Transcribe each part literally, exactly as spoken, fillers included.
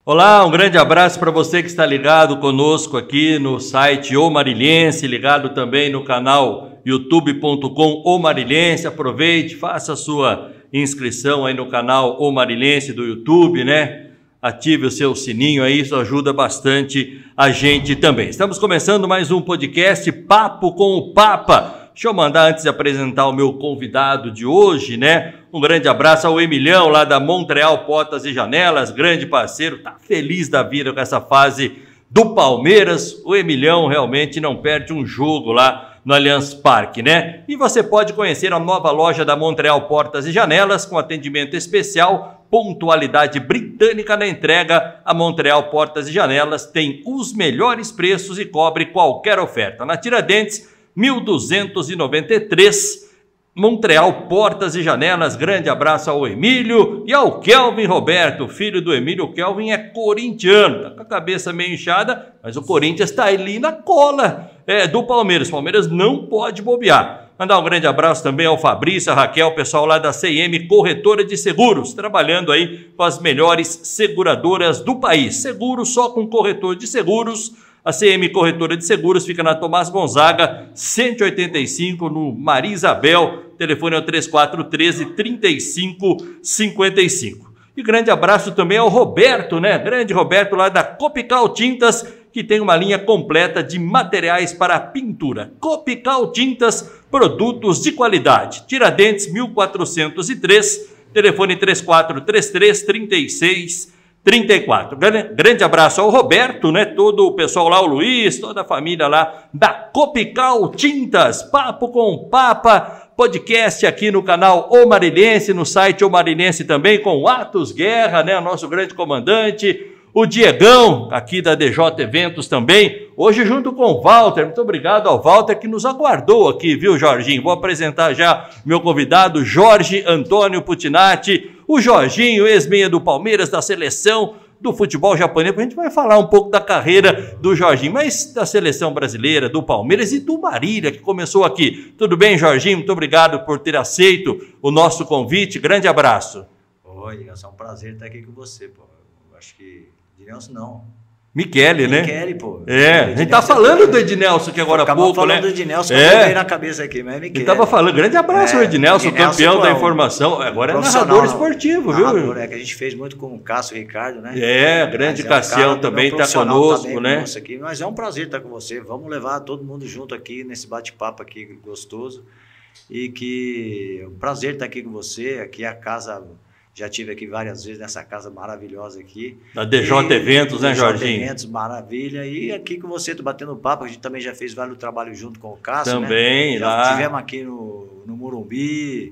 Olá, um grande abraço para você que está ligado conosco aqui no site O Marilhense, ligado também no canal youtube ponto com O Marilhense. Aproveite, faça a sua inscrição aí no canal O Marilhense do YouTube, né? Ative o seu sininho aí, isso ajuda bastante a gente também. Estamos começando mais um podcast Papo com o Papa. Deixa eu mandar, antes de apresentar o meu convidado de hoje, né? Um grande abraço ao Emilhão, lá da Montreal Portas e Janelas, grande parceiro, tá feliz da vida com essa fase do Palmeiras. O Emilhão realmente não perde um jogo lá no Allianz Parque, né? E você pode conhecer a nova loja da Montreal Portas e Janelas, com atendimento especial, pontualidade britânica na entrega. A Montreal Portas e Janelas tem os melhores preços e cobre qualquer oferta. Na Tiradentes, mil duzentos e noventa e três, Montreal Portas e Janelas. Grande abraço ao Emílio e ao Kelvin Roberto, filho do Emílio. O Kelvin é corintiano, tá com a cabeça meio inchada, mas o Corinthians está ali na cola é, do Palmeiras. O Palmeiras não pode bobear. Mandar um grande abraço também ao Fabrício, a Raquel, pessoal lá da C M Corretora de Seguros, trabalhando aí com as melhores seguradoras do país. Seguro só com corretor de seguros. A C M Corretora de Seguros fica na Tomás Gonzaga, cento e oitenta e cinco, no Maria Isabel. O telefone é o três quatro um três, três cinco cinco cinco. E grande abraço também ao Roberto, né? Grande Roberto lá da Copical Tintas, que tem uma linha completa de materiais para pintura. Copical Tintas, produtos de qualidade. Tiradentes mil quatrocentos e três, telefone três quatro três três, três seis trinta e quatro. Grande, grande abraço ao Roberto, né? Todo o pessoal lá, o Luiz, toda a família lá da Copical Tintas. Papo com o Papa, podcast aqui no canal O Marilhense, no site O Marilhense também, com o Atos Guerra, né? O nosso grande comandante, o Diegão, aqui da D J Eventos também, hoje junto com o Walter. Muito obrigado ao Walter que nos aguardou aqui, viu, Jorginho? Vou apresentar já meu convidado, Jorge Antônio Putinati, o Jorginho, ex-meia do Palmeiras, da seleção do futebol japonês. A gente vai falar um pouco da carreira do Jorginho, mas da seleção brasileira, do Palmeiras e do Marília, que começou aqui. Tudo bem, Jorginho? Muito obrigado por ter aceito o nosso convite. Grande abraço. Oi, é um prazer estar aqui com você, pô. Eu acho que Ednelson não. Michele, né? Michele, pô. É, a gente tá falando do Ednelson aqui agora há pouco, falando né? do Ednelson, é. que eu veio na cabeça aqui, mas é Michele. Ele tava falando, grande abraço ao é, Ednelson, campeão da informação, agora é narrador esportivo, narrador, viu? É, que a gente fez muito com o Cássio Ricardo, né? É, grande Cassião é um também tá conosco, tá né? Aqui, mas é um prazer estar com você, vamos levar todo mundo junto aqui, nesse bate-papo aqui gostoso, e que é um prazer estar aqui com você, aqui é a casa... Já estive aqui várias vezes nessa casa maravilhosa aqui. Da D J Eventos, né, Jorginho? D J Eventos, maravilha. E aqui com você, tô batendo papo, a gente também já fez vários trabalhos junto com o Cássio, também, né? lá. Já estivemos aqui no, no Morumbi.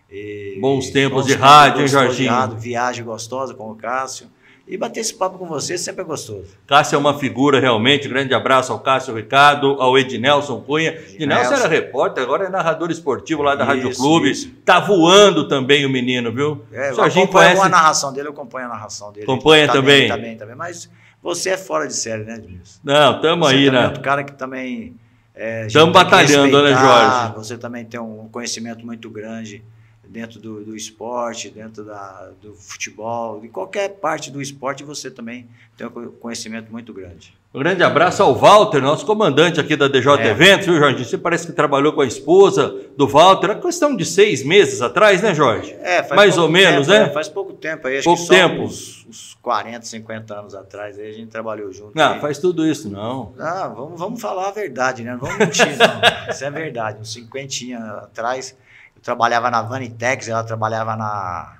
E, bons tempos bons de tempos rádio, hein, Jorginho? Rádio, viagem gostosa com o Cássio. E bater esse papo com você sempre é gostoso. Cássio é uma figura realmente, grande abraço ao Cássio Ricardo, ao Ednelson Cunha. Ednelson era repórter, agora é narrador esportivo lá da isso, Rádio Clube. Isso. Tá voando também o menino, viu? É, eu acompanho conhece... a narração dele, eu acompanho a narração dele. Acompanha tá também? Bem, tá bem, tá bem, mas você é fora de série, né, Ednelson? Não, tamo aí, né? Você é outro cara que também... Estamos é, batalhando, né, Jorge? Você também tem um conhecimento muito grande dentro do, do esporte, dentro da, do futebol, de qualquer parte do esporte, você também tem um conhecimento muito grande. Um grande abraço ao Walter, nosso comandante aqui da D J é. Eventos, viu, Jorge? Você parece que trabalhou com a esposa do Walter, é questão de seis meses atrás, né, Jorge? É, faz mais ou menos, tempo, né? É, faz pouco tempo aí, acho pouco que só tempo. Uns, uns quarenta, cinquenta anos atrás, aí a gente trabalhou junto. Não, aí. faz tudo isso, não. Ah, vamos, vamos falar a verdade, né? Não vamos mentir, não. Isso é verdade, uns cinquentinha atrás... Trabalhava na Vanitex, ela trabalhava na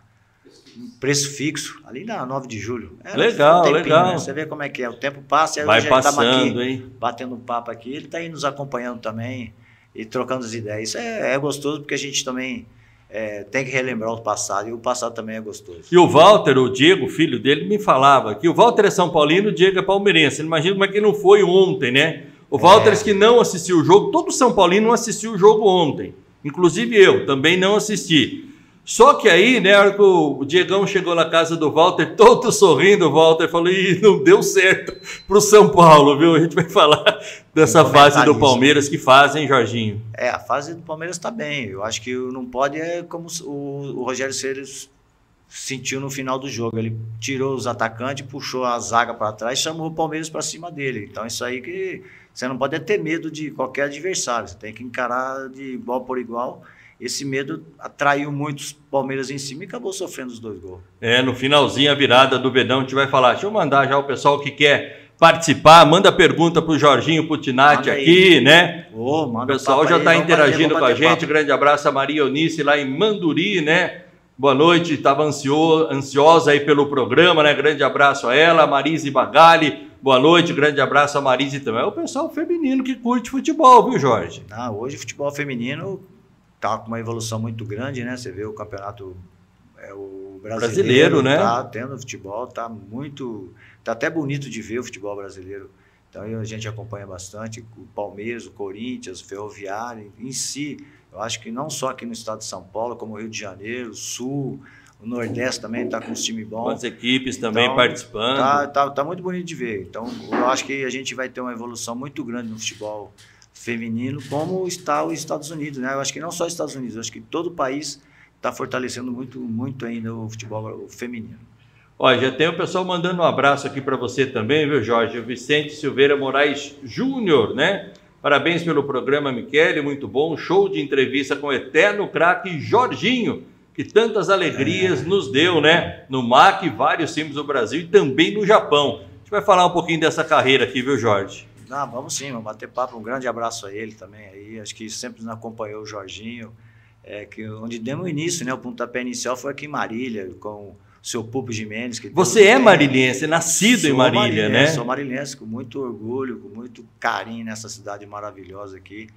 Preço Fixo, ali na nove de julho. Era legal, um tempinho, legal. Né? Você vê como é que é, o tempo passa e vai hoje passando, a gente aqui, hein? batendo um papo aqui, ele está aí nos acompanhando também e trocando as ideias. Isso é, é gostoso porque a gente também é, tem que relembrar o passado e o passado também é gostoso. E o Walter, o Diego, filho dele, me falava que o Walter é São Paulino, o Diego é palmeirense. Imagina como é que não foi ontem, né? O Walter é. que não assistiu o jogo, todo São Paulino não assistiu o jogo ontem. Inclusive eu, também não assisti. Só que aí, né, o Diegão chegou na casa do Walter, todo sorrindo, o Walter falou, ih, não deu certo pro São Paulo, viu? A gente vai falar dessa fase do Palmeiras que fazem, Jorginho. É, a fase do Palmeiras está bem. Eu acho que não pode, é como o, o Rogério Ceni sentiu no final do jogo. Ele tirou os atacantes, puxou a zaga para trás, chamou o Palmeiras para cima dele. Então isso aí que você não pode ter medo de qualquer adversário, você tem que encarar de igual por igual. Esse medo atraiu muitos Palmeiras em cima e acabou sofrendo os dois gols. É, no finalzinho a virada do Verdão, a gente vai falar. Deixa eu mandar já o pessoal que quer participar, manda pergunta para o Jorginho Putinati aqui, né? Oh, manda o pessoal já está interagindo bater, com a gente. papo. Grande abraço a Maria Eunice lá em Manduri, né? Boa noite, estava ansio, ansiosa aí pelo programa, né? Grande abraço a ela, Marise Bagali. Boa noite, grande abraço a Marise também. É o pessoal feminino que curte futebol, viu, Jorge? Ah, hoje o futebol feminino tá com uma evolução muito grande, né? Você vê o campeonato é, o brasileiro, brasileiro, né? Tá tendo futebol, tá muito, tá até bonito de ver o futebol brasileiro. Então a gente acompanha bastante o Palmeiras, o Corinthians, o Ferroviário em si. Eu acho que não só aqui no estado de São Paulo, como o Rio de Janeiro, o Sul, o Nordeste também está com uns times bons. As equipes também então, participando. Tá, tá, tá muito bonito de ver. Então, eu acho que a gente vai ter uma evolução muito grande no futebol feminino, como está os Estados Unidos, né? Eu acho que não só os Estados Unidos, eu acho que todo o país está fortalecendo muito, muito ainda o futebol feminino. Olha, já tem o pessoal mandando um abraço aqui para você também, viu, Jorge? O Vicente Silveira Moraes Júnior, né? Parabéns pelo programa, Michele, muito bom. Show de entrevista com o eterno craque Jorginho, que tantas alegrias é. nos deu, né? No M A C, vários times do Brasil e também no Japão. A gente vai falar um pouquinho dessa carreira aqui, viu, Jorge? Ah, vamos sim, vamos bater papo. Um grande abraço a ele também. Aí, acho que sempre nos acompanhou o Jorginho, é, que onde demos o início, né? O pontapé inicial foi aqui em Marília, com o seu Pupo Gimenez. Que Você é marilhense, nascido sou em Marília, né? Sou marilhense, com muito orgulho, com muito carinho nessa cidade maravilhosa aqui,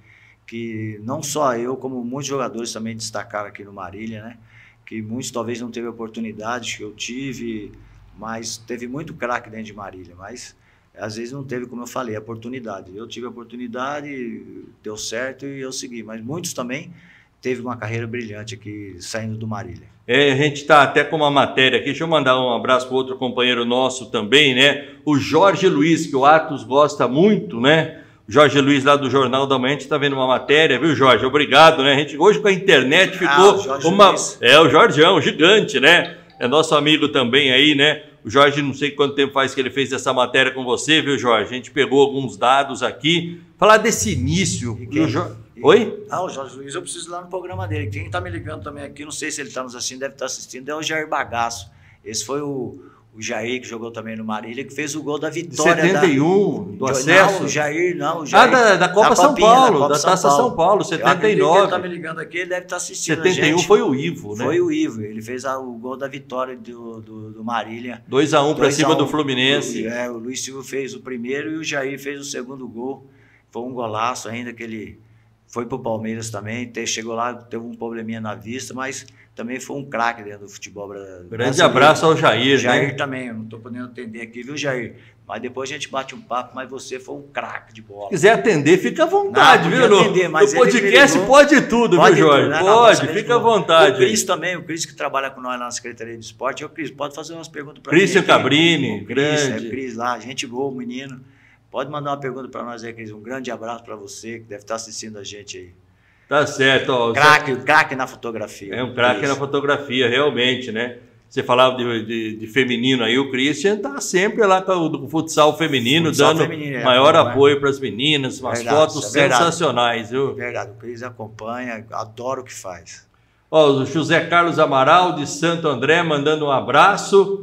que não só eu, como muitos jogadores também destacaram aqui no Marília, né? Que muitos talvez não teve oportunidade que eu tive, mas teve muito craque dentro de Marília, mas às vezes não teve, como eu falei, a oportunidade. Eu tive a oportunidade, deu certo e eu segui, mas muitos também teve uma carreira brilhante aqui saindo do Marília. É, a gente está até com uma matéria aqui, deixa eu mandar um abraço para outro companheiro nosso também, né? O Jorge Luiz, que o Atos gosta muito, né? O Jorge Luiz lá do Jornal da Manhã, a gente está vendo uma matéria, viu, Jorge? Obrigado, né? A gente hoje com a internet ficou ah, o uma... Luiz. É, o Jorgeão, gigante, né? É nosso amigo também aí, né? O Jorge, não sei quanto tempo faz que ele fez essa matéria com você, viu, Jorge? A gente pegou alguns dados aqui. Falar desse início. E o jo... e... Oi? Ah, o Jorge Luiz, eu preciso ir lá no programa dele. Quem está me ligando também aqui, não sei se ele está nos assistindo, deve estar assistindo, é o Jair Bagaço. Esse foi o, o Jair, que jogou também no Marília, que fez o gol da vitória. setenta e um, da... do acesso? Não, o Jair, não. O Jair, ah, da, da Copa da São Copinha, Paulo, da, Copa da São Taça Paulo. São Paulo, setenta e nove. Ele está me ligando aqui, ele deve estar assistindo setenta e um a gente. foi o Ivo, né? Foi o Ivo, ele fez a, o gol da vitória do, do, do Marília. dois a um para cima do Fluminense. O, é, o Luiz Silva fez o primeiro e o Jair fez o segundo gol. Foi um golaço ainda que ele... Foi para o Palmeiras também, chegou lá, teve um probleminha na vista, mas também foi um craque dentro do futebol brasileiro. Grande abraço ao Jair, Jair né? também, eu não estou podendo atender aqui, viu, Jair? Mas depois a gente bate um papo, mas você foi um craque de bola. Se quiser atender, fica à vontade, não, viu? Atender, no mas no podcast ligou, pode tudo, pode viu, Jorge? Tudo, né? Pode, não, fica à vontade. O Cris também, o Cris que trabalha com nós lá na Secretaria de Esporte, o Cris, pode fazer umas perguntas para mim. Cristian Cabrini, o Cris, grande. É, Cris lá, gente boa, o menino. Pode mandar uma pergunta para nós aí, Cris. Um grande abraço para você, que deve estar assistindo a gente aí. Tá certo. Ó, craque, craque na fotografia. É um craque na fotografia, realmente, né? Você falava de, de, de feminino aí, o Christian tá sempre lá com o do futsal feminino, futsal dando feminino, maior é, apoio é. para as meninas, umas verdade, fotos é sensacionais, viu? Verdade, o Cris acompanha, adora o que faz. Ó, o José Carlos Amaral, de Santo André, mandando um abraço.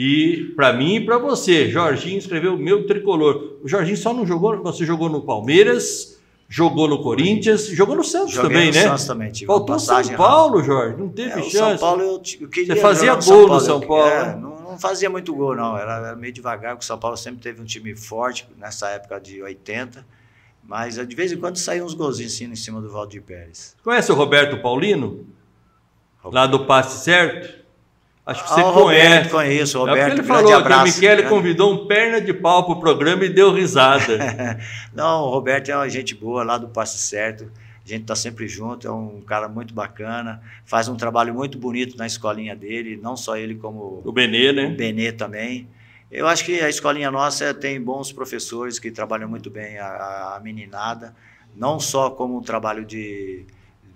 E para mim e para você, Jorginho escreveu meu tricolor. O Jorginho só não jogou, você jogou no Palmeiras... Jogou no Corinthians, jogou no Santos Joguei também, no né? Santos também, tive Faltou São Paulo, rápida. Jorge, não teve é, chance. São Paulo eu, eu queria Você fazia no gol no São São Paulo. É, não, não fazia muito gol, não. Era, era meio devagar, porque o São Paulo sempre teve um time forte nessa época de oitenta. Mas de vez em quando saíam uns golzinhos assim, em cima do Valdir Pérez. Conhece o Roberto Paulino? Roberto. Lá do Passe Certo? Acho que você ah, o conhece. Roberto, conheço, o Roberto, é ele falou abraço, que o Michele convidou um perna de pau para o programa e deu risada. Não, o Roberto é uma gente boa lá do Passe Certo. A gente está sempre junto, é um cara muito bacana. Faz um trabalho muito bonito na escolinha dele, não só ele como o Benê, né? O Benê também. Eu acho que a escolinha nossa tem bons professores que trabalham muito bem a, a meninada, não só como um trabalho de...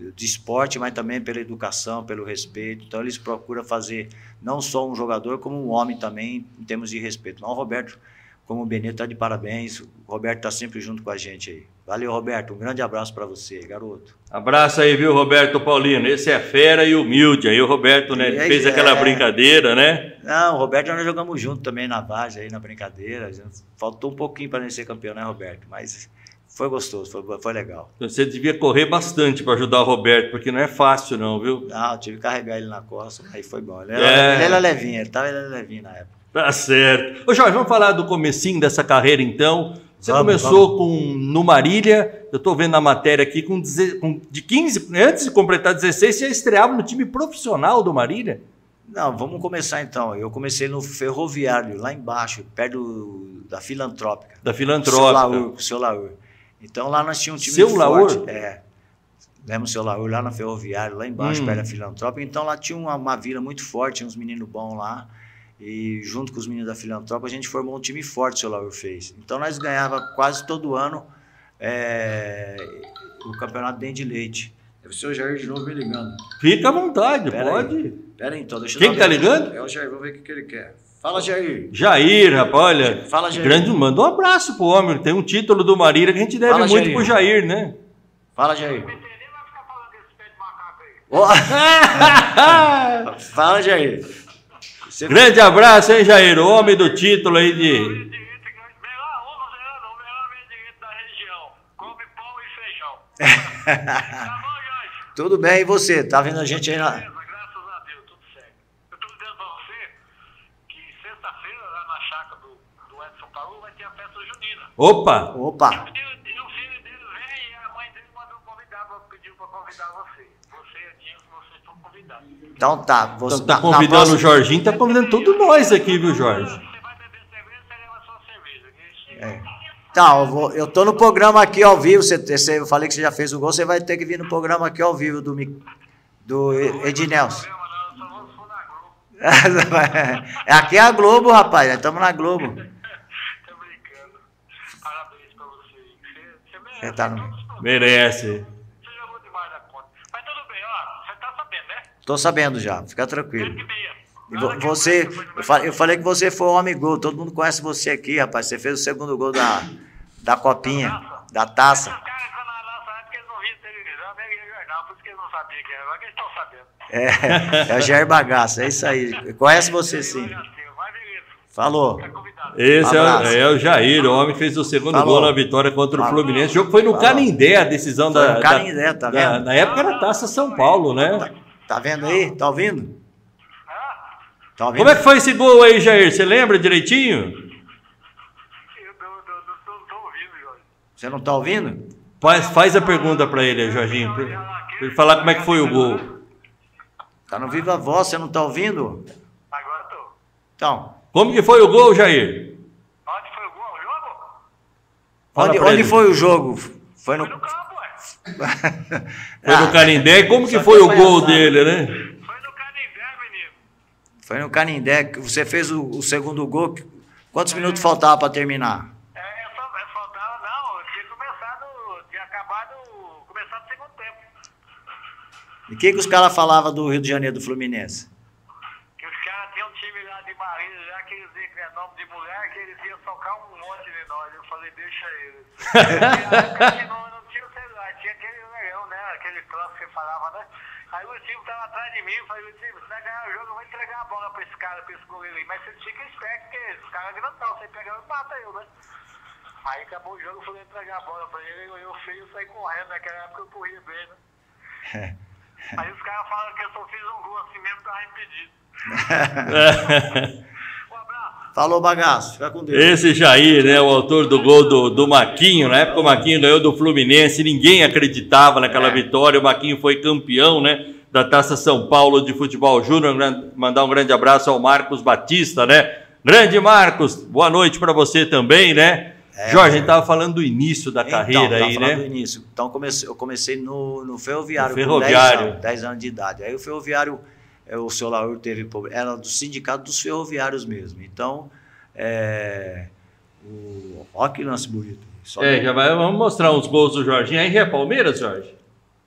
de esporte, mas também pela educação, pelo respeito. Então eles procuram fazer não só um jogador, como um homem também, em termos de respeito. Então o Roberto, como o Benito, está de parabéns. O Roberto está sempre junto com a gente aí. Valeu, Roberto. Um grande abraço para você, garoto. Abraço aí, viu, Roberto Paulino? Esse é fera e humilde. Aí o Roberto, né, ele aí, fez é... aquela brincadeira, né? Não, o Roberto nós jogamos junto também na Vaz, aí na brincadeira. Faltou um pouquinho para nós ser campeão, né, Roberto? Mas foi gostoso, foi, foi legal. Você devia correr bastante para ajudar o Roberto, porque não é fácil não, viu? Não, eu tive que carregar ele na costa, aí foi bom. Ele era, é... ele era levinho, ele estava levinho na época. Tá certo. Ô Jorge, vamos falar do comecinho dessa carreira então. Você vamos, começou vamos. com no Marília, eu estou vendo na matéria aqui, com, com de quinze, antes de completar dezesseis, você estreava no time profissional do Marília? Não, vamos começar então. Eu comecei no Ferroviário, lá embaixo, perto do, da Filantrópica. Da Filantrópica. Seu Laur, seu Laur. Então lá nós tínhamos um time seu muito Laur? forte. É. Lembra o seu Laur, lá na Ferroviário, lá embaixo, hum. perto da Filantrópica. Então lá tinha uma, uma vila muito forte, tinha uns meninos bons lá. E junto com os meninos da Filantrópica, a gente formou um time forte, o seu Laur fez. Então nós ganhava quase todo ano é, o campeonato dentro de leite. É o seu Jair de novo me ligando. Fica à vontade, pera pode. Aí. Pera aí, então, deixa eu Quem tá ligando? É o Jair, vamos ver o que, que ele quer. Fala, Jair. Jair, rapaz, olha. Fala, Jair. Grande, manda um abraço pro homem. Tem um título do Marília que a gente deve Fala, muito Jair. pro Jair, né? Fala, Jair. Fala, Jair. Você... Grande abraço, hein, Jair? O homem do título aí de... Tudo bem, e você? Tá vendo a gente aí na... Graças a Deus, tudo certo. Eu tô dizendo pra você que sexta-feira, lá na chácara do, do Edson Paulo, vai ter a festa junina. Opa! Opa! E o filho dele vem e a mãe dele mandou convidar, pediu pra convidar você. Você e a Dinho, vocês estão convidados. Então tá. Você então, tá convidando próxima... o Jorginho, tá convidando todos nós aqui, viu, Jorge? Você vai beber cerveja, você leva sua cerveja. É. Tá, eu, vou, eu tô no programa aqui ao vivo, você, você, eu falei que você já fez o gol, você vai ter que vir no programa aqui ao vivo do, do Ednelson. É, aqui é a Globo, rapaz, nós estamos na Globo. Tô brincando. Parabéns pra você. Você, você merece. Você tá no... Merece. Você jogou demais da conta. Mas tudo bem, ó, você tá sabendo, né? Tô sabendo já, fica tranquilo. E você, eu falei, eu falei que você foi um homem gol, todo mundo conhece você aqui, rapaz. Você fez o segundo gol da, da copinha, da taça. Os caras que na nossa época eles não viam televisão, nem via jornal, por isso que eles não sabiam quem era. Agora que eles estão sabendo. É, é o Jair Bagaço, é isso aí. Conhece você sim. Falou. Esse é, é o Jair, o homem que fez o segundo Falou. gol na vitória contra o Falou. Fluminense. O jogo foi no Falou. Canindé, a decisão foi da, no Canindé, tá vendo? Da, na época era Taça São Paulo, né? Tá, tá vendo aí? Tá ouvindo? Tá ouvindo? Como é que foi esse gol aí, Jair? Você lembra direitinho? Eu não tô ouvindo, Jorge. Você não tá ouvindo? Faz, faz a pergunta para ele, Jorginho, para ele falar como é que foi o gol. Tá no Viva Voz, você não tá ouvindo? Agora tô. Então. Como que foi o gol, Jair? Onde foi o gol? O jogo? Onde, onde foi o jogo? Foi no, foi no campo, ué. Foi no Canindé. E como que foi o gol dele, né? Foi no Canindé, menino. Foi no Canindé. Você fez o, o segundo gol. Quantos é. minutos faltava para terminar? É, faltava, não. Tinha começado, tinha acabado, começado o segundo tempo. E o que, que os caras falavam do Rio de Janeiro, do Fluminense? Que os caras tinham um time lá de Marília, já que eles diziam que é nome de mulher, que eles iam socar um monte de nós. Eu falei, deixa eles. não, não tinha o celular, tinha aquele leão, né? Aquele troço que você falava, né? Aí o time tava atrás de mim, eu falei, o time, você vai ganhar o jogo, eu vou entregar a bola pra esse cara, pra esse goleiro aí. Mas você fica esperto, porque esse cara é grandão, você pega e mata eu, né? Aí acabou o jogo, eu fui entregar a bola pra ele, eu, eu feio, saí correndo, naquela época eu corria bem, né? Aí os caras falam que eu só fiz um gol assim mesmo, tava impedido. Um abraço. Falou, Bagaço, fica com Deus. Esse Jair, né, o autor do gol do, do Maquinho, na época o Maquinho ganhou do Fluminense, ninguém acreditava naquela é. vitória, o Maquinho foi campeão, né, da Taça São Paulo de Futebol Júnior. Mandar um grande abraço ao Marcos Batista, né, grande Marcos, boa noite para você também, né. É, Jorge, a gente estava falando do início da então, carreira aí, né? do início. Então, comecei, eu comecei no, no Ferroviário, no ferroviário. com dez anos, dez anos de idade. Aí o Ferroviário, o seu Laur teve problema, era do sindicato dos ferroviários mesmo. Então, é, o Rock lance bonito. Só é, já vai, vamos mostrar uns gols do Jorginho. Aí é Palmeiras, Jorge?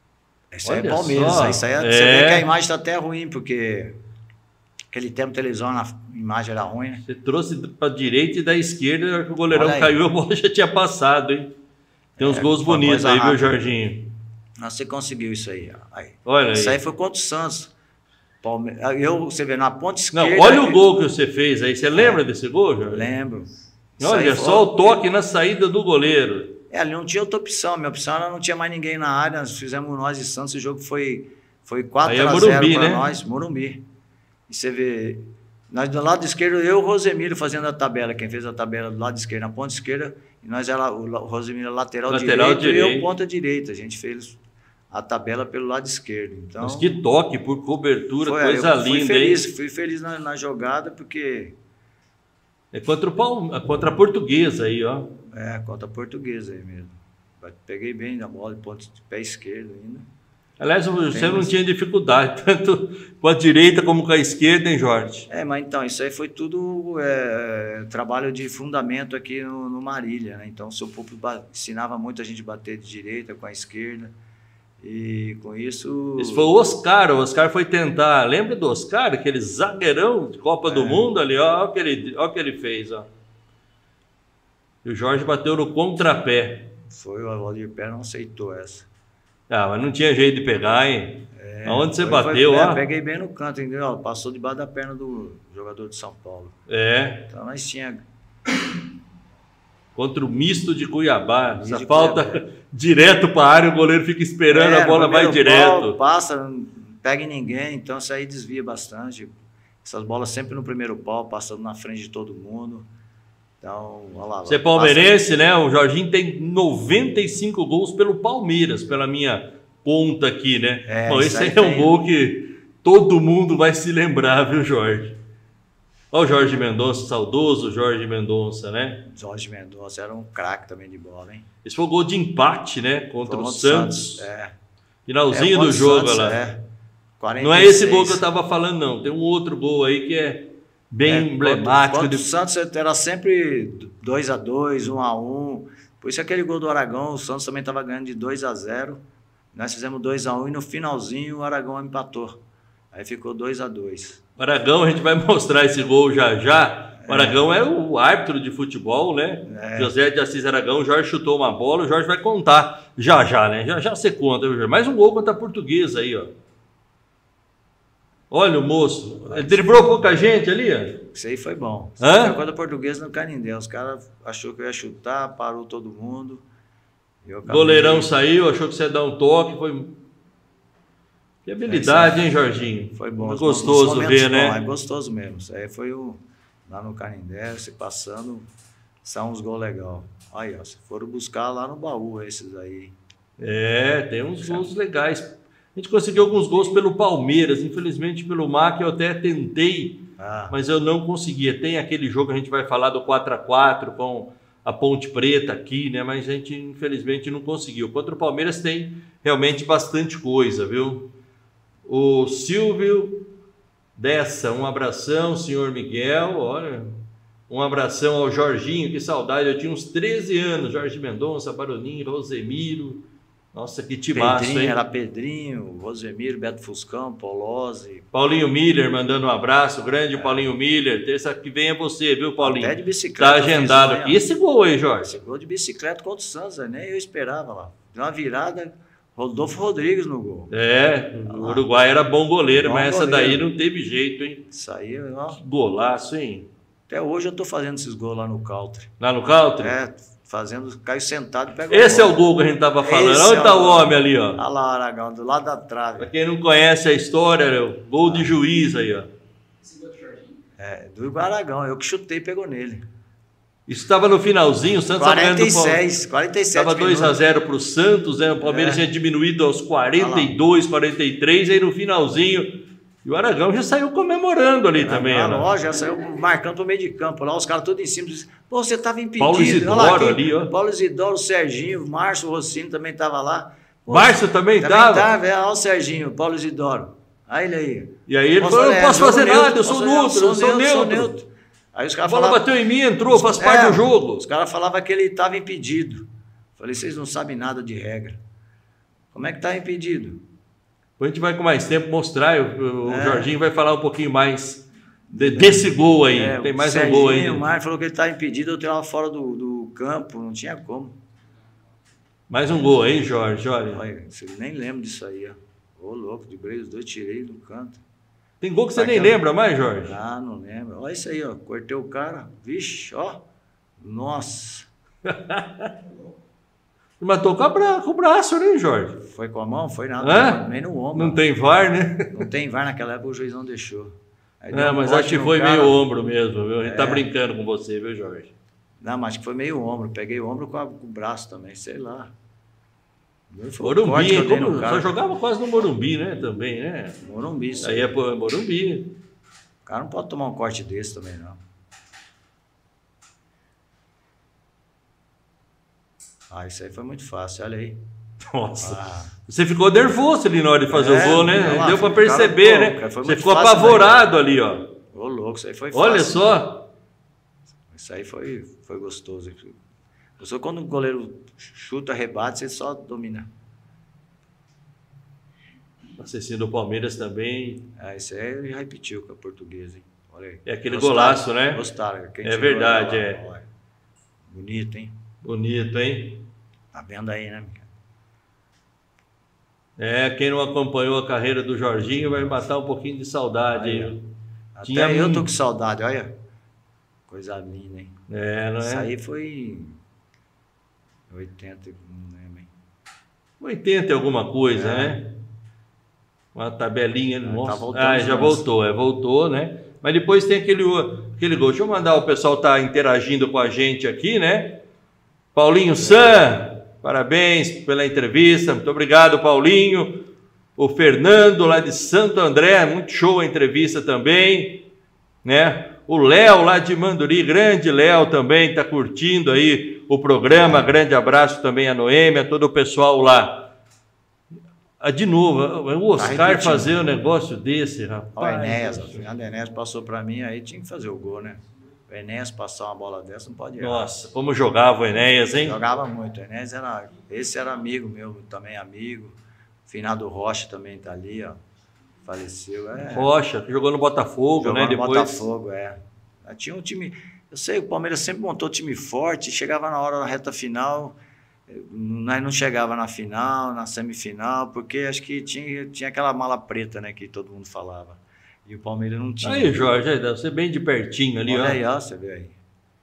Isso aí é Olha Palmeiras. só. Isso aí é, É. Você vê que a imagem está até ruim, porque aquele tempo televisão na imagem era ruim, né? Você trouxe para direita e da esquerda, na hora que o goleirão Olha aí. caiu, a bola já tinha passado, hein? Tem uns É, gols uma bonitos coisa aí, viu, rápida. Jorginho? Mas você conseguiu isso aí. ó. aí. Olha Isso aí. aí foi contra o Santos. Palme... Eu, você vê, na ponta Não, esquerda... olha o gol que você fez aí. Você lembra desse gol, Jorge? Lembro. Isso Olha aí só foi- o toque na saída do goleiro. É, ali não tinha outra opção. Minha opção era não tinha mais ninguém na área. Nós fizemos nós e Santos. O jogo foi, foi Aí é quatro a zero Morumbi, para né? nós. Morumbi. E você vê... Nós do lado esquerdo, eu e o Rosemiro fazendo a tabela. Quem fez a tabela do lado esquerdo, na ponta esquerda. E nós era o o Rosemiro lateral, Lateral direito, e direito. eu ponta direita. A gente fez a tabela pelo lado esquerdo. Então, Mas que toque por cobertura, foi, coisa eu fui linda, feliz, hein? Fui feliz na, na jogada, porque... É contra, o Palme... contra a Portuguesa aí, ó. É, contra a Portuguesa aí mesmo. Peguei bem na bola, de ponto de pé esquerdo ainda. Aliás, você Tem não uns- tinha dificuldade, tanto com a direita como com a esquerda, hein, Jorge? É, mas então, isso aí foi tudo é, trabalho de fundamento aqui no, no Marília, né? Então, o seu público ba- ensinava muito a gente bater de direita com a esquerda. E com isso... Esse foi o Oscar, o Oscar foi tentar, lembra do Oscar, aquele zagueirão de Copa do Mundo ali, ó, ó o que ele, ó o que ele fez, ó. E o Jorge bateu no contrapé. Foi, o Valdir Pé não aceitou essa. Ah, mas não tinha jeito de pegar, hein? É, Aonde você foi- bateu, foi, é, ó? peguei bem no canto, entendeu? Passou debaixo da perna do jogador de São Paulo. É, Então, nós tínhamos... contra o misto de Cuiabá. Misto Essa de falta Cuiabá. direto para a área, o goleiro fica esperando, É, a bola no vai primeiro direto. pau, passa, não pega em ninguém, então isso aí desvia bastante. Essas bolas sempre no primeiro pau, passando na frente de todo mundo. Então, olha lá. Você é passa- palmeirense, né? O Jorginho tem noventa e cinco gols pelo Palmeiras, pela minha conta aqui, né? É, Bom, isso esse aí aí é um tem. gol que todo mundo vai se lembrar, viu, Jorge? Olha o Jorge Mendonça, saudoso Jorge Mendonça, né? Jorge Mendonça era um craque também de bola, hein? Esse foi o gol de empate, né? Contra Foi o contra Santos. É. Finalzinho É, contra do o jogo, Santos, olha lá. é. quarenta e Não é esse seis. gol que eu tava falando, não. Tem um outro gol aí que é bem É, emblemático. Contra de- o Santos era sempre dois a dois, um a um. Por isso aquele gol do Aragão, o Santos também estava ganhando de dois a zero. Nós fizemos dois a um e no finalzinho o Aragão empatou. Aí ficou dois a dois. O Aragão, a gente vai mostrar esse gol já já. O Aragão é o árbitro de futebol, né? É. José de Assis Aragão, o Jorge chutou uma bola, o Jorge vai contar já já, né? Já já você conta, viu, Jorge? Mais um gol contra a Portuguesa aí, ó. Olha o moço. Ele driblou pouca gente ali, ó. Isso aí foi bom. Hã? Foi quando a portuguesa no Canindé. Os caras achou que eu ia chutar, parou todo mundo. Eu acabei- Goleirão saiu, achou que você ia dar um toque, foi... Que habilidade, hein, Jorginho? Foi bom. Foi Os gostoso momentos ver, bons, né? É gostoso mesmo. Isso aí foi o... Lá no Canindé, você passando, são uns gols legais. Aí, ó, se foram buscar lá no baú esses aí. É, tem uns gols legais. A gente conseguiu alguns gols pelo Palmeiras, infelizmente pelo Mac eu até tentei, Ah, mas eu não conseguia. Tem aquele jogo que a gente vai falar do quatro a quatro com a Ponte Preta aqui, né? Mas a gente infelizmente não conseguiu. Contra o Palmeiras tem realmente bastante coisa, viu? O Silvio Dessa, um abração, senhor Miguel, olha, um abração ao Jorginho, que saudade, eu tinha uns treze anos, Jorge Mendonça, Baroninho, Rosemiro, nossa, que timaço, Pedrinho, hein? era Pedrinho, Rosemiro, Beto Fuscão, Polozzi. Paulinho Miller mandando um abraço, grande Paulinho Miller, terça que vem é você, viu, Paulinho? Até de bicicleta. Tá eu fiz agendado um, aqui. hein, E esse gol aí, Jorge? Esse gol de bicicleta contra o Santos, nem eu esperava lá. Deu uma virada, Rodolfo Rodrigues no gol. É, o Uruguai era bom goleiro, Bom mas essa daí goleiro. não teve jeito, hein? Isso aí, ó, Golaço, hein? até hoje eu tô fazendo esses gols lá no country. Lá no country? É, fazendo, caio sentado e pego Esse é o gol que a gente tava falando. Esse Onde é tá o o gol. homem ali, ó? Olha lá, Aragão, do lado da trave. Pra quem não conhece a história, né, o gol de juiz aí, ó. É, do Aragão, eu que chutei e pegou nele. Isso estava no finalzinho, o Santos estava ganhando quarenta e do Palmeiras. seis, quarenta e sete Estava dois a zero para o Santos, né? O Palmeiras É. tinha diminuído aos quarenta e dois, quarenta e três, aí no finalzinho. E o Aragão já saiu comemorando ali também, Na né? loja, já saiu marcando pro meio de campo lá, os caras todos em cima. Dizem, pô, você tava impedido. Paulo Isidoro Olha lá, quem- ali, ó. Paulo Isidoro, o Serginho, o Márcio Rossini também tava lá. Pô, Márcio também também tava? tava, é, olha o Serginho, o Paulo Isidoro. Aí ele aí. E aí ele Posso- falou, eu não é, posso jogo fazer neutro, nada, eu sou posso- neutro, eu sou neutro. Aí os A caras bola falavam... bateu em mim, entrou, faz parte É, do jogo. Os caras falavam que ele estava impedido. Falei, vocês não sabem nada de regra. Como é que tá impedido? Depois a gente vai com mais tempo mostrar, o, o É. Jorginho vai falar um pouquinho mais de- desse gol aí. É, Tem mais o um gol aí. Serginho Mar falou que ele estava impedido, eu tirava fora do, do campo, não tinha como. Mais um gol aí, Jorge, olha. Olha, eu nem lembro disso aí, ó. Ô, louco, driblei os dois, tirei do canto. Tem gol que você nem Aquela- lembra mais, Jorge? Ah, não lembro. Olha isso aí, ó. Cortei o cara. Vixe, ó. Nossa. Matou com, a bra... com o braço, né, Jorge? Foi com a mão? Foi nada. Hã? Nem no ombro. Não tem V A R, né? Não tem V A R naquela época, o juiz não deixou. Aí deu Não, um mas corte acho que no foi cara. meio ombro mesmo, viu? A gente tá É. brincando com você, viu, Jorge? Não, mas acho que foi meio ombro. Peguei o ombro com, a- com o braço também, sei lá. Foi o corte Morumbi, que eu dei no como... cara. só jogava quase no Morumbi, né? Também, né? Morumbi, isso Aí é pô, Morumbi. O cara não pode tomar um corte desse também, não. Ah, isso aí foi muito fácil, olha aí. Nossa. Ah, Você ficou nervoso ali na hora de fazer É, o gol, né? não, Deu pra cara, perceber, pô, né? cara, foi Você muito ficou fácil, apavorado ali, ó. ô louco, isso aí foi fácil. Olha né? só. Isso aí foi, foi gostoso. Eu sou quando o goleiro chuta, rebate, você só domina. O assassino do Palmeiras também. Ah, isso aí ele repetiu com a portuguesa, hein? Olha aí. É aquele Gostaram? golaço, né? Gostaram. Quem É tirou verdade, lá, é. olha. Bonito, hein? Bonito, hein? Tá vendo aí, né, Mica? É, quem não acompanhou a carreira do Jorginho vai matar um pouquinho de saudade aí. Aí, Até Tinha eu um- tô com saudade, olha. Coisa linda, hein? É, não Isso é? aí foi em oitenta, não lembro, hein? oitenta e alguma coisa, É. né? Uma tabelinha. tá Nossa. voltando Ah, os já lances. voltou, é, voltou, né? Mas depois tem aquele, aquele gol. Deixa eu mandar, o pessoal tá interagindo com a gente aqui, né? Paulinho San, parabéns pela entrevista. Muito obrigado, Paulinho. O Fernando, lá de Santo André, muito show a entrevista também, né? O Léo, lá de Manduri, grande Léo também, está curtindo aí o programa. Grande abraço também a Noêmia, a todo o pessoal lá. Ah, de novo, o Oscar repetindo. fazer um negócio desse, Ó, o rapaz. Enéas, o Fernando Enéas passou pra mim, aí tinha que fazer o gol, né? O Enéas passar uma bola dessa não pode errar. Nossa, como jogava o Enéas, hein? Jogava muito. O Enéas era. Esse era amigo meu, também amigo. Finado Rocha também tá ali, ó. Faleceu. É. Rocha, que jogou no Botafogo, Jogou né? no Depois. Botafogo, é. Tinha um time. Eu sei, o Palmeiras sempre montou time forte, chegava na hora na reta final, nós não chegava na final, na semifinal, porque acho que tinha, tinha aquela mala preta, né, que todo mundo falava. E o Palmeiras não tinha. Aí, Jorge, aí, deve ser bem de pertinho ali, Olha ó. aí, ó, você vê aí.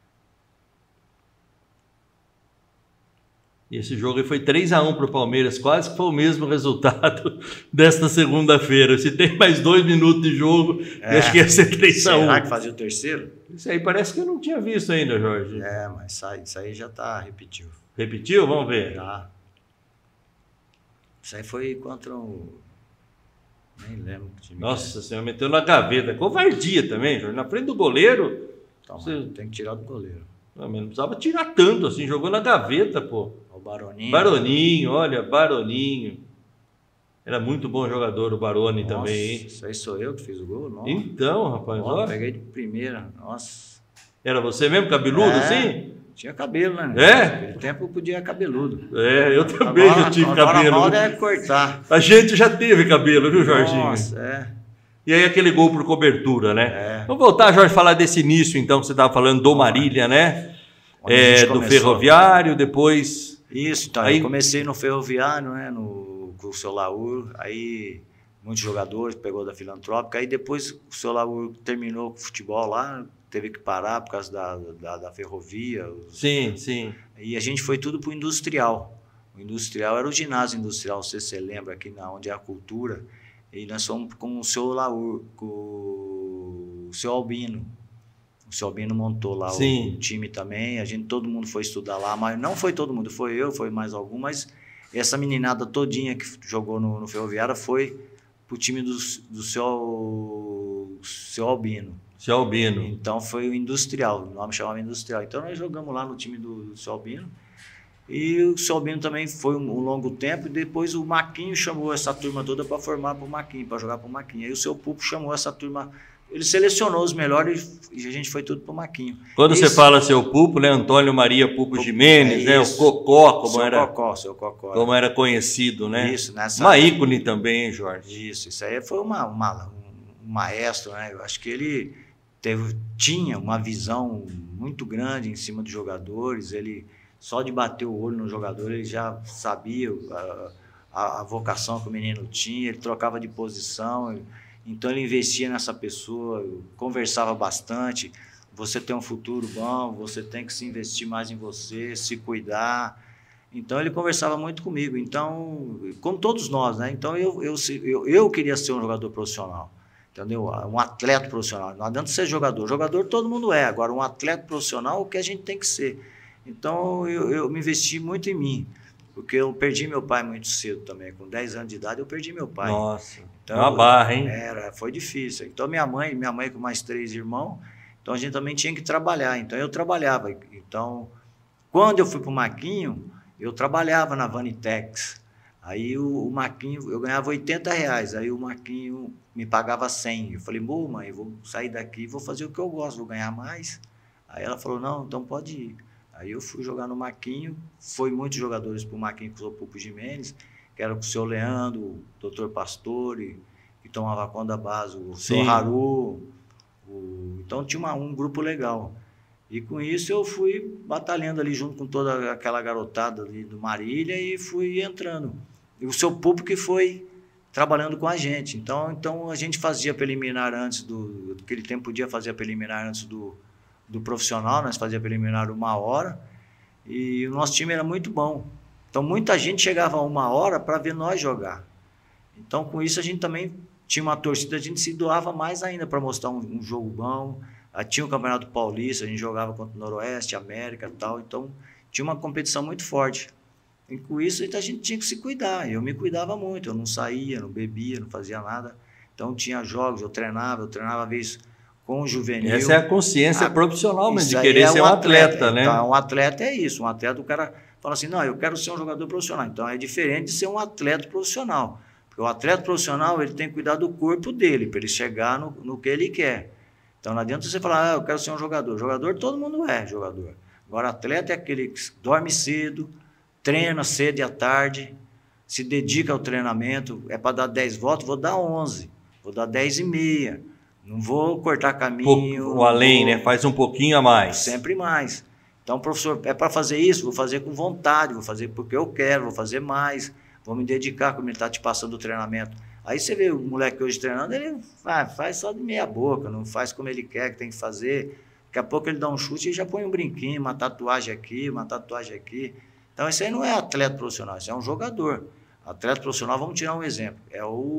E esse jogo aí foi três a um para o Palmeiras, quase que foi o mesmo resultado desta segunda-feira. Se tem mais dois minutos de jogo, É. acho que ia ser três a um. Será que fazia o terceiro? Isso aí parece que eu não tinha visto ainda, Jorge. É, mas isso aí, isso aí já tá, repetiu. Repetiu? Vamos ver. Tá. Isso aí foi contra o... Nem lembro que time Nossa senhora, meteu na gaveta. Covardia também, Jorge. Na frente do goleiro, Toma, você- tem que tirar do goleiro. não, mas não precisava tirar tanto assim, jogou na gaveta, pô. O Baroninho. Baroninho, olha, Baroninho. Era muito bom jogador o Baroni Nossa, também, hein? isso aí sou eu que fiz o gol? Não. Então, rapaz, Ó, olha. peguei de primeira. Nossa. Era você mesmo, cabeludo, É. assim? Tinha cabelo, né? É? Naquele tempo eu podia cabeludo. É, eu também Agora- já tive agora cabelo. A moda é cortar. A gente já teve cabelo, viu, Jorginho? Nossa, é. E aí aquele gol por cobertura, né? É. Vamos voltar, Jorge, falar desse início, então, que você estava falando do Marília, né? Onde a É, gente do começou. Ferroviário, depois... Isso, então. Aí- Eu comecei no Ferroviário, né? No, com o seu Laur. Aí, muitos jogadores, pegou da Filantrópica. Aí depois o seu Laur terminou com o futebol lá. Teve que parar por causa da, da, da ferrovia. os- Sim, sim. E a gente foi tudo para o industrial. O industrial era o ginásio industrial, não sei se você lembra, aqui na, onde é a cultura. E nós fomos com o seu Laur, com o seu Albino. O seu Albino montou lá Sim. o time também. A gente, todo mundo foi estudar lá, mas não foi todo mundo, foi eu, foi mais algum, mas essa meninada todinha que jogou no, no Ferroviária foi pro time do, do seu, seu Albino. Seu Albino. Então foi o Industrial, o nome chamava Industrial. Então nós jogamos lá no time do, do seu Albino. E o seu Albino também foi um, um longo tempo. E depois o Maquinho chamou essa turma toda para formar para o Maquinho, para jogar para o Maquinho. Aí o seu Pupo chamou essa turma. ele selecionou os melhores e a gente foi tudo pro Maquinho. Quando isso, você fala seu Pupo, né? Antônio Maria Pupo Gimenez, é né? O Cocó, como seu era, Cocó, seu Cocó, como era conhecido, né? Isso, nessa uma ícone também, hein, Jorge? Isso, isso aí foi uma, uma, um maestro, né? Eu acho que ele teve, tinha uma visão muito grande em cima dos jogadores, ele só de bater o olho no jogador, ele já sabia a, a, a vocação que o menino tinha, ele trocava de posição, ele, então ele investia nessa pessoa, conversava bastante, você tem um futuro bom, você tem que se investir mais em você, se cuidar. Então ele conversava muito comigo, então, como todos nós, né? Então eu, eu, eu, eu queria ser um jogador profissional, entendeu? Um atleta profissional, não adianta ser jogador, jogador todo mundo é, agora um atleta profissional, o que a gente tem que ser. Então eu, eu me investi muito em mim, porque eu perdi meu pai muito cedo também, com dez anos de idade eu perdi meu pai. Nossa, então, uma barra, hein? Era, foi difícil. Então minha mãe, minha mãe com mais três irmãos, então a gente também tinha que trabalhar, então eu trabalhava. Então, quando eu fui para o Maquinho, eu trabalhava na Vanitex, aí o, o Maquinho, eu ganhava oitenta reais, aí o Maquinho me pagava cem. Eu falei, pô, mãe, eu vou sair daqui e vou fazer o que eu gosto, vou ganhar mais. Aí ela falou, não, então pode ir. Aí eu fui jogar no Maquinho, foi muitos jogadores para o Maquinho, que usou o Pupo Gimenez, que era com o seu Leandro, o doutor Pastore, que tomava conta da base, o seu Haru, o... então tinha uma, um grupo legal. E com isso eu fui batalhando ali junto com toda aquela garotada ali do Marília e fui entrando. E o seu Pupo que foi trabalhando com a gente. Então, então a gente fazia preliminar antes do... Naquele tempo podia fazer preliminar antes do, do profissional, nós fazia preliminar uma hora. E o nosso time era muito bom. Então muita gente chegava a uma hora para ver nós jogar. Então com isso a gente também tinha uma torcida, a gente se doava mais ainda para mostrar um, um jogo bom. Tinha o Campeonato Paulista, a gente jogava contra o Noroeste, América e tal, então tinha uma competição muito forte. E com isso a gente tinha que se cuidar, eu me cuidava muito, eu não saía, não bebia, não fazia nada. Então tinha jogos, eu treinava, eu treinava às vezes com o juvenil. Essa é a consciência a, profissional, mas de querer é ser um atleta, atleta né? Então, um atleta é isso, um atleta, o cara fala assim, não, eu quero ser um jogador profissional. Então é diferente de ser um atleta profissional, porque o atleta profissional ele tem que cuidar do corpo dele, para ele chegar no, no que ele quer. Então não adianta você falar, ah, eu quero ser um jogador. Jogador, todo mundo é jogador. Agora, atleta é aquele que dorme cedo, treina cedo e à tarde, se dedica ao treinamento. É para dar dez voltas, vou dar onze, vou dar dez e meia. Não vou cortar caminho. O além, vou... né? Faz um pouquinho a mais. Sempre mais. Então, professor, é para fazer isso? Vou fazer com vontade, vou fazer porque eu quero, vou fazer mais, vou me dedicar, como ele está te passando o treinamento. Aí você vê o moleque hoje treinando, ele faz, faz só de meia boca, não faz como ele quer, que tem que fazer. Daqui a pouco ele dá um chute e já põe um brinquinho, uma tatuagem aqui, uma tatuagem aqui. Então isso aí não é atleta profissional, isso é um jogador. Atleta profissional, vamos tirar um exemplo, é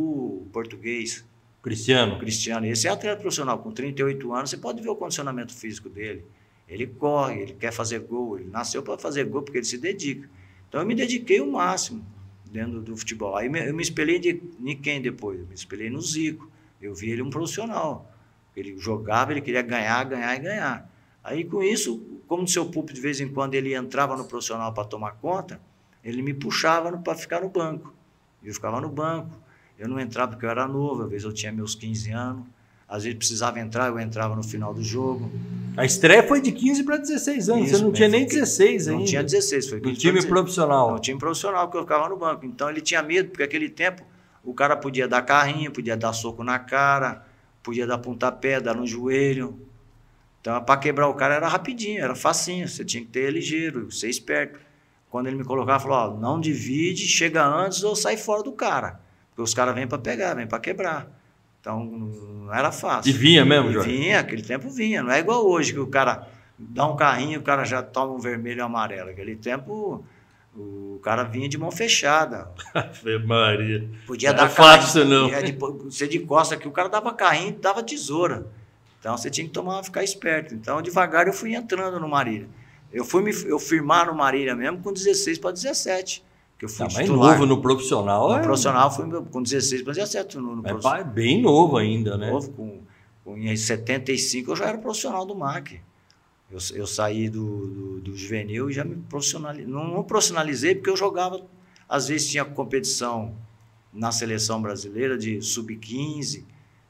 o português. Cristiano. Cristiano, esse é atleta profissional, com trinta e oito anos, você pode ver o condicionamento físico dele. Ele corre, ele quer fazer gol, ele nasceu para fazer gol porque ele se dedica. Então eu me dediquei o máximo dentro do futebol. Aí eu me espelhei de, de quem depois? Eu me espelhei no Zico. Eu vi ele um profissional. Ele jogava, ele queria ganhar, ganhar e ganhar. Aí com isso, como o seu Pupo de vez em quando ele entrava no profissional para tomar conta, ele me puxava para ficar no banco. Eu ficava no banco. Eu não entrava porque eu era novo, às vezes eu tinha meus quinze anos. Às vezes precisava entrar, eu entrava no final do jogo. A estreia foi de quinze para dezesseis anos, isso, você não tinha nem dezesseis ainda. Não tinha dezesseis, foi no time profissional. No time profissional que eu ficava no banco. Então ele tinha medo, porque naquele tempo o cara podia dar carrinho, podia dar soco na cara, podia dar pontapé, dar no joelho. Então para quebrar o cara era rapidinho, era facinho, você tinha que ter ligeiro, ser esperto. Quando ele me colocava, falou, ó, não divide, chega antes ou sai fora do cara. Porque os caras vêm para pegar, vêm para quebrar. Então, não era fácil. E vinha mesmo, Jorge? Vinha, aquele tempo vinha. Não é igual hoje, que o cara dá um carrinho, o cara já toma um vermelho e um amarelo. Aquele tempo, o cara vinha de mão fechada. Ave Maria. Podia não dar é fácil, não. De, você de costa aqui, o cara dava carrinho e dava tesoura. Então, você tinha que tomar, ficar esperto. Então, devagar, eu fui entrando no Marília. Eu fui me, eu firmar no Marília mesmo com dezesseis para dezessete. Que eu fui tá, mas novo no profissional. No é... profissional fui com dezesseis para dezessete. No, no é pai, bem novo ainda, né? Novo, com, com, em setenta e cinco eu já era profissional do M A C. Eu, eu saí do, do, do juvenil e já me profissionalizei. Não, não profissionalizei porque eu jogava, às vezes tinha competição na seleção brasileira de sub quinze,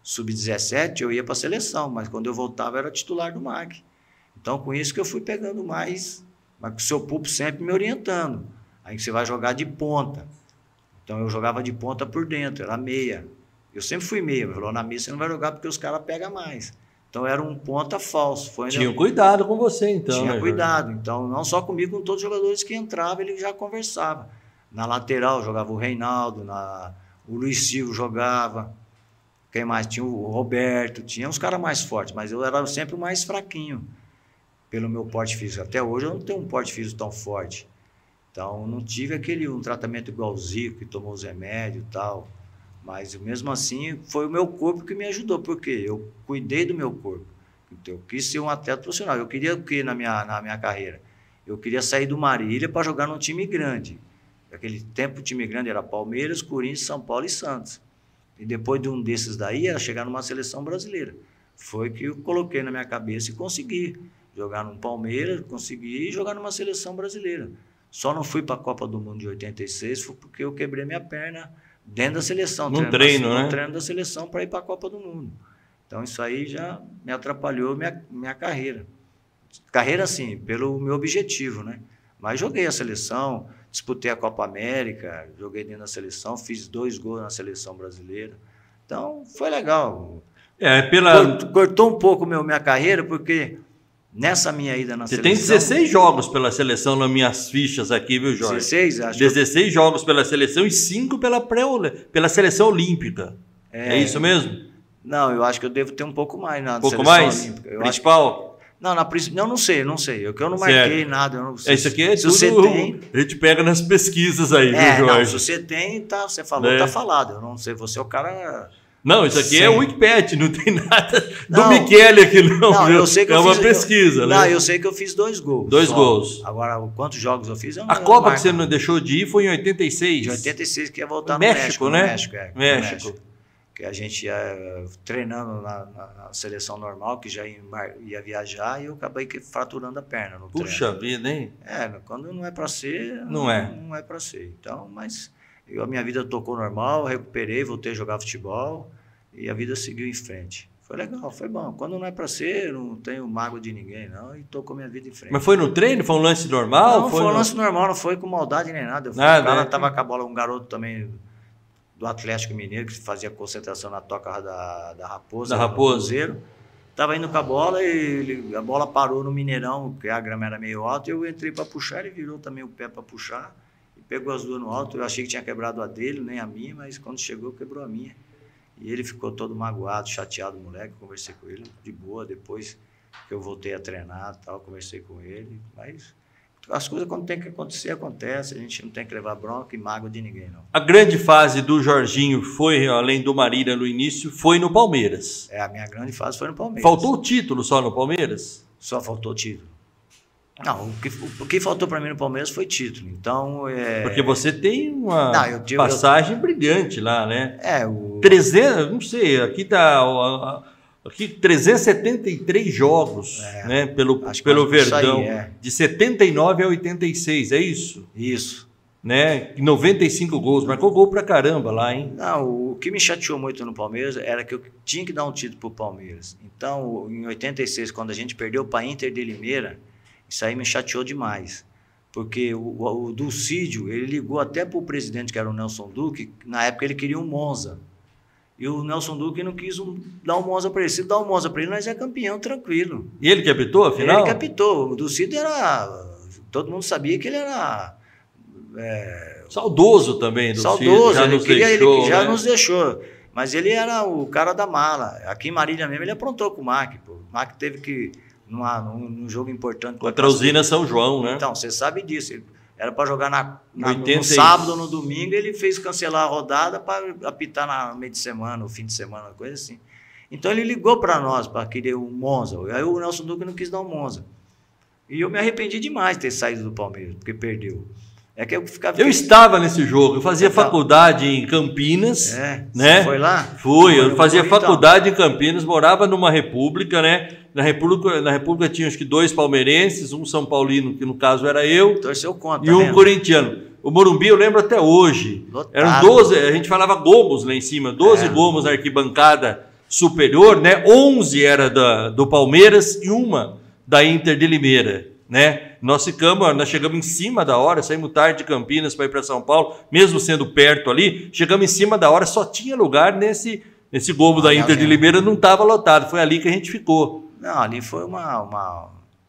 sub dezessete, eu ia para a seleção, mas quando eu voltava, eu era titular do M A C. Então, com isso que eu fui pegando mais, mas com o seu pulpo sempre me orientando. Aí você vai jogar de ponta. Então, eu jogava de ponta por dentro, era meia. Eu sempre fui meia, mas falou, na meia você não vai jogar porque os caras pegam mais. Então, era um ponta falso. Foi Tinha cuidado com você, então. Tinha né, cuidado. Então, não só comigo, com todos os jogadores que entravam, ele já conversava. Na lateral, jogava o Reinaldo, na... o Luiz Silva jogava. Quem mais? Tinha o Roberto, tinha uns caras mais fortes, mas eu era sempre o mais fraquinho, pelo meu porte físico. Até hoje eu não tenho um porte físico tão forte. Então, não tive aquele um tratamento igual o Zico, que tomou os remédios e tal. Mas, mesmo assim, foi o meu corpo que me ajudou. Por quê? Eu cuidei do meu corpo. Eu quis ser um atleta profissional. Eu queria o quê na minha, na minha carreira? Eu queria sair do Marília para jogar num time grande. Naquele tempo, o time grande era Palmeiras, Corinthians, São Paulo e Santos. E depois de um desses daí, era chegar numa seleção brasileira. Foi que eu coloquei na minha cabeça e consegui jogar no Palmeiras, consegui jogar numa seleção brasileira. Só não fui para a Copa do Mundo de oitenta e seis foi porque eu quebrei minha perna dentro da seleção. No treino, né? No treino da seleção para ir para a Copa do Mundo. Então, isso aí já me atrapalhou minha, minha carreira. Carreira, assim, pelo meu objetivo, né? Mas joguei a seleção, disputei a Copa América, joguei dentro da seleção, fiz dois gols na seleção brasileira. Então, foi legal. É, pela... Cortou um pouco meu, minha carreira, porque nessa minha ida na Você seleção... Você tem dezesseis jogos pela seleção nas minhas fichas aqui, viu, Jorge? dezesseis, acho. dezesseis jogos pela seleção e cinco pela, pré pela seleção olímpica. É, é isso mesmo? Não, eu acho que eu devo ter um pouco mais na um pouco seleção mais? olímpica. Eu Principal? Acho... Não, na principal, não, não sei, não sei. Eu que eu não marquei certo. nada. Eu não sei. Isso aqui é se tudo, você tem... a gente pega nas pesquisas aí, é, viu, Jorge? Não, se você tem, tá, você falou, é. tá falado. Eu não sei, você é o cara... Não, isso aqui Sim. é o Wikipedia, não tem nada não, do Michele aqui não, não viu? Eu sei que é eu uma fiz, pesquisa, eu, né? Não, eu sei que eu fiz dois gols. Dois só. gols. Agora, quantos jogos eu fiz? Eu não, a eu Copa não que você não deixou de ir foi em oitenta e seis? De oitenta e seis, que ia voltar no México, México, né? No México, é, México. No México. Que a gente ia treinando na, na, na seleção normal, que já ia, ia viajar, e eu acabei fraturando a perna no Puxa treino. vida, hein? É, quando não é para ser, não, não é. Não é para ser. Então, mas eu, a minha vida tocou normal, recuperei, voltei a jogar futebol, e a vida seguiu em frente. Foi legal, foi bom. Quando não é para ser, não tenho mágoa de ninguém, não, e tocou minha vida em frente. Mas foi no treino? Foi um lance normal? Não, foi, foi um no... lance normal, não foi com maldade nem nada. Eu fui, nada o cara é. tava com a bola, um garoto também do Atlético Mineiro, que fazia concentração na toca da, da Raposa. Da Raposa. Cruzeiro. Tava indo com a bola e ele, a bola parou no Mineirão, que a grama era meio alta, e eu entrei para puxar, ele virou também o pé para puxar, e pegou as duas no alto. Eu achei que tinha quebrado a dele, nem a minha, mas quando chegou, quebrou a minha. E ele ficou todo magoado, chateado, moleque. Conversei com ele de boa, depois que eu voltei a treinar e tal, conversei com ele. Mas as coisas, quando tem que acontecer, acontece. A gente não tem que levar bronca e mágoa de ninguém, não. A grande fase do Jorginho foi, além do Marília no início, foi no Palmeiras. É, a minha grande fase foi no Palmeiras. Faltou o título só no Palmeiras? Só faltou o título. Não, o que, o que faltou para mim no Palmeiras foi título. Então, é... Porque você tem uma não, eu tive, passagem eu... brilhante lá, né? É, o... trezentos, não sei, aqui tá... Aqui trezentos e setenta e três jogos, é, né? Pelo, pelo Verdão. Aí, é. De setenta e nove a oitenta e seis, é isso? Isso. Né? noventa e cinco gols, marcou gol pra caramba lá, hein? Não, o que me chateou muito no Palmeiras era que eu tinha que dar um título pro Palmeiras. Então, em oitenta e seis, quando a gente perdeu para Inter de Limeira, isso aí me chateou demais, porque o, o, o Dulcídio, ele ligou até para o presidente, que era o Nelson Duque, na época ele queria um Monza, e o Nelson Duque não quis um, dar um Monza para ele. Se dar um Monza para ele, nós é campeão, tranquilo. E ele que apitou, afinal? Ele que apitou. O Dulcídio era... Todo mundo sabia que ele era... É, saudoso também, Dulcídio. Saudoso, já ele, nos queria, deixou, ele já né? nos deixou. Mas ele era o cara da mala. Aqui em Marília mesmo, ele aprontou com o M A C. Pô. O M A C teve que... Numa, num, num jogo importante contra a Usina São João, né? Então, você sabe disso. Ele era para jogar na, na, oitenta... no sábado ou no domingo, ele fez cancelar a rodada para apitar na meio de semana, no fim de semana, coisa assim. Então ele ligou para nós para querer o Monza. Aí o Nelson Duque não quis dar o Monza. E eu me arrependi demais de ter saído do Palmeiras, porque perdeu. É que eu ficava... Eu estava nesse jogo, eu fazia então, faculdade em Campinas. É, né? Você foi lá? Fui, eu, eu fazia fui, faculdade então. em Campinas, morava numa república, né? Na república, na república tinha acho que dois palmeirenses, um São Paulino, que no caso era eu, torceu contra, e um mesmo. corintiano. O Morumbi eu lembro até hoje. Lotado. Eram doze, a gente falava gomos lá em cima, doze é. gomos na arquibancada superior, né? onze era da, do Palmeiras e uma da Inter de Limeira, né? Nós ficamos, nós chegamos em cima da hora, saímos tarde de Campinas para ir para São Paulo, mesmo sendo perto ali, chegamos em cima da hora, só tinha lugar nesse, nesse Globo ah, da Inter de Limeira, não estava lotado, foi ali que a gente ficou. Não, ali foi uma... uma,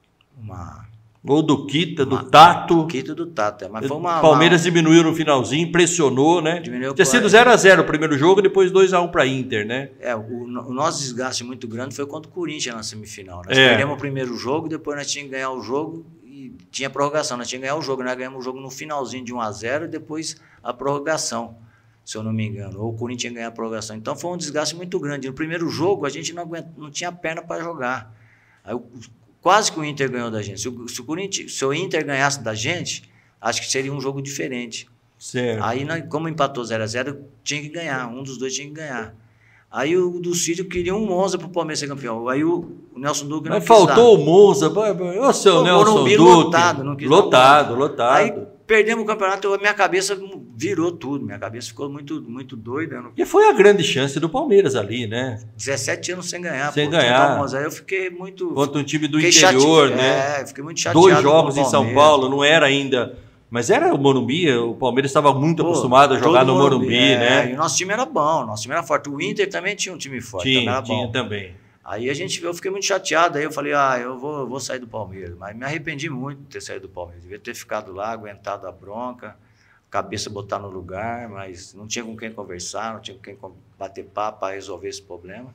uma... Gol do Kita, do uma, Tato. Do Kita do Tato, mas foi uma... Palmeiras uma... diminuiu no finalzinho, pressionou, né? Diminuiu Tinha sido zero a zero o primeiro jogo, depois dois a um para a Inter, né? É, o, o nosso desgaste muito grande foi contra o Corinthians na semifinal. Nós é. perdemos o primeiro jogo, depois nós tínhamos que ganhar o jogo e tinha prorrogação. Nós tínhamos que ganhar o jogo, nós ganhamos o jogo no finalzinho de um a zero e depois a prorrogação, se eu não me engano. Ou o Corinthians tinha que ganhar a prorrogação. Então foi um desgaste muito grande. No primeiro jogo a gente não, aguenta, não tinha perna para jogar. Aí, quase que o Inter ganhou da gente. Se o, se o, Corinthians, se o Inter ganhasse da gente, acho que seria um jogo diferente. Certo. Aí, como empatou zero a zero, tinha que ganhar. Um dos dois tinha que ganhar. Aí o do Cídio queria um Monza para o Palmeiras ser campeão. Aí o, o Nelson Duque não Mas faltou dar. o Monza. Ô, seu o Nelson Duque. Lotado, não quis lotado, lotado. Aí perdemos o campeonato, a minha cabeça virou tudo. Minha cabeça ficou muito, muito doida. Não... E foi a grande chance do Palmeiras ali, né? dezessete anos sem ganhar. Sem pô, ganhar. Aí eu fiquei muito... Contra um time do interior, chate... né? É, fiquei muito chateado. Dois jogos em São Paulo, não era ainda... Mas era o Morumbi, o Palmeiras estava muito Pô, acostumado a jogar no Morumbi, Morumbi é, né? E o nosso time era bom, o nosso time era forte. O Inter também tinha um time forte, tinha, também era tinha bom. também. Aí a gente, eu fiquei muito chateado, aí eu falei, ah, eu vou, eu vou sair do Palmeiras. Mas me arrependi muito de ter saído do Palmeiras. Devia ter ficado lá, aguentado a bronca, cabeça botar no lugar, mas não tinha com quem conversar, não tinha com quem bater papo para resolver esse problema.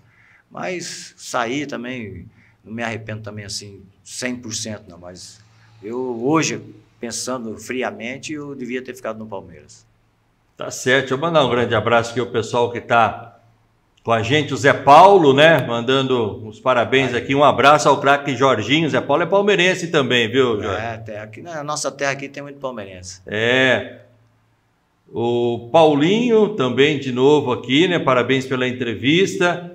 Mas saí também, não me arrependo também assim, cem por cento não, mas eu hoje... Pensando friamente, eu devia ter ficado no Palmeiras. Tá certo. Deixa eu mandar um grande abraço aqui ao pessoal que está com a gente, o Zé Paulo, né? Mandando os parabéns aqui. Um abraço ao craque Jorginho. Zé Paulo é palmeirense também, viu, Jorge? É, até aqui, na nossa terra aqui tem muito palmeirense. É. O Paulinho também de novo aqui, né? Parabéns pela entrevista.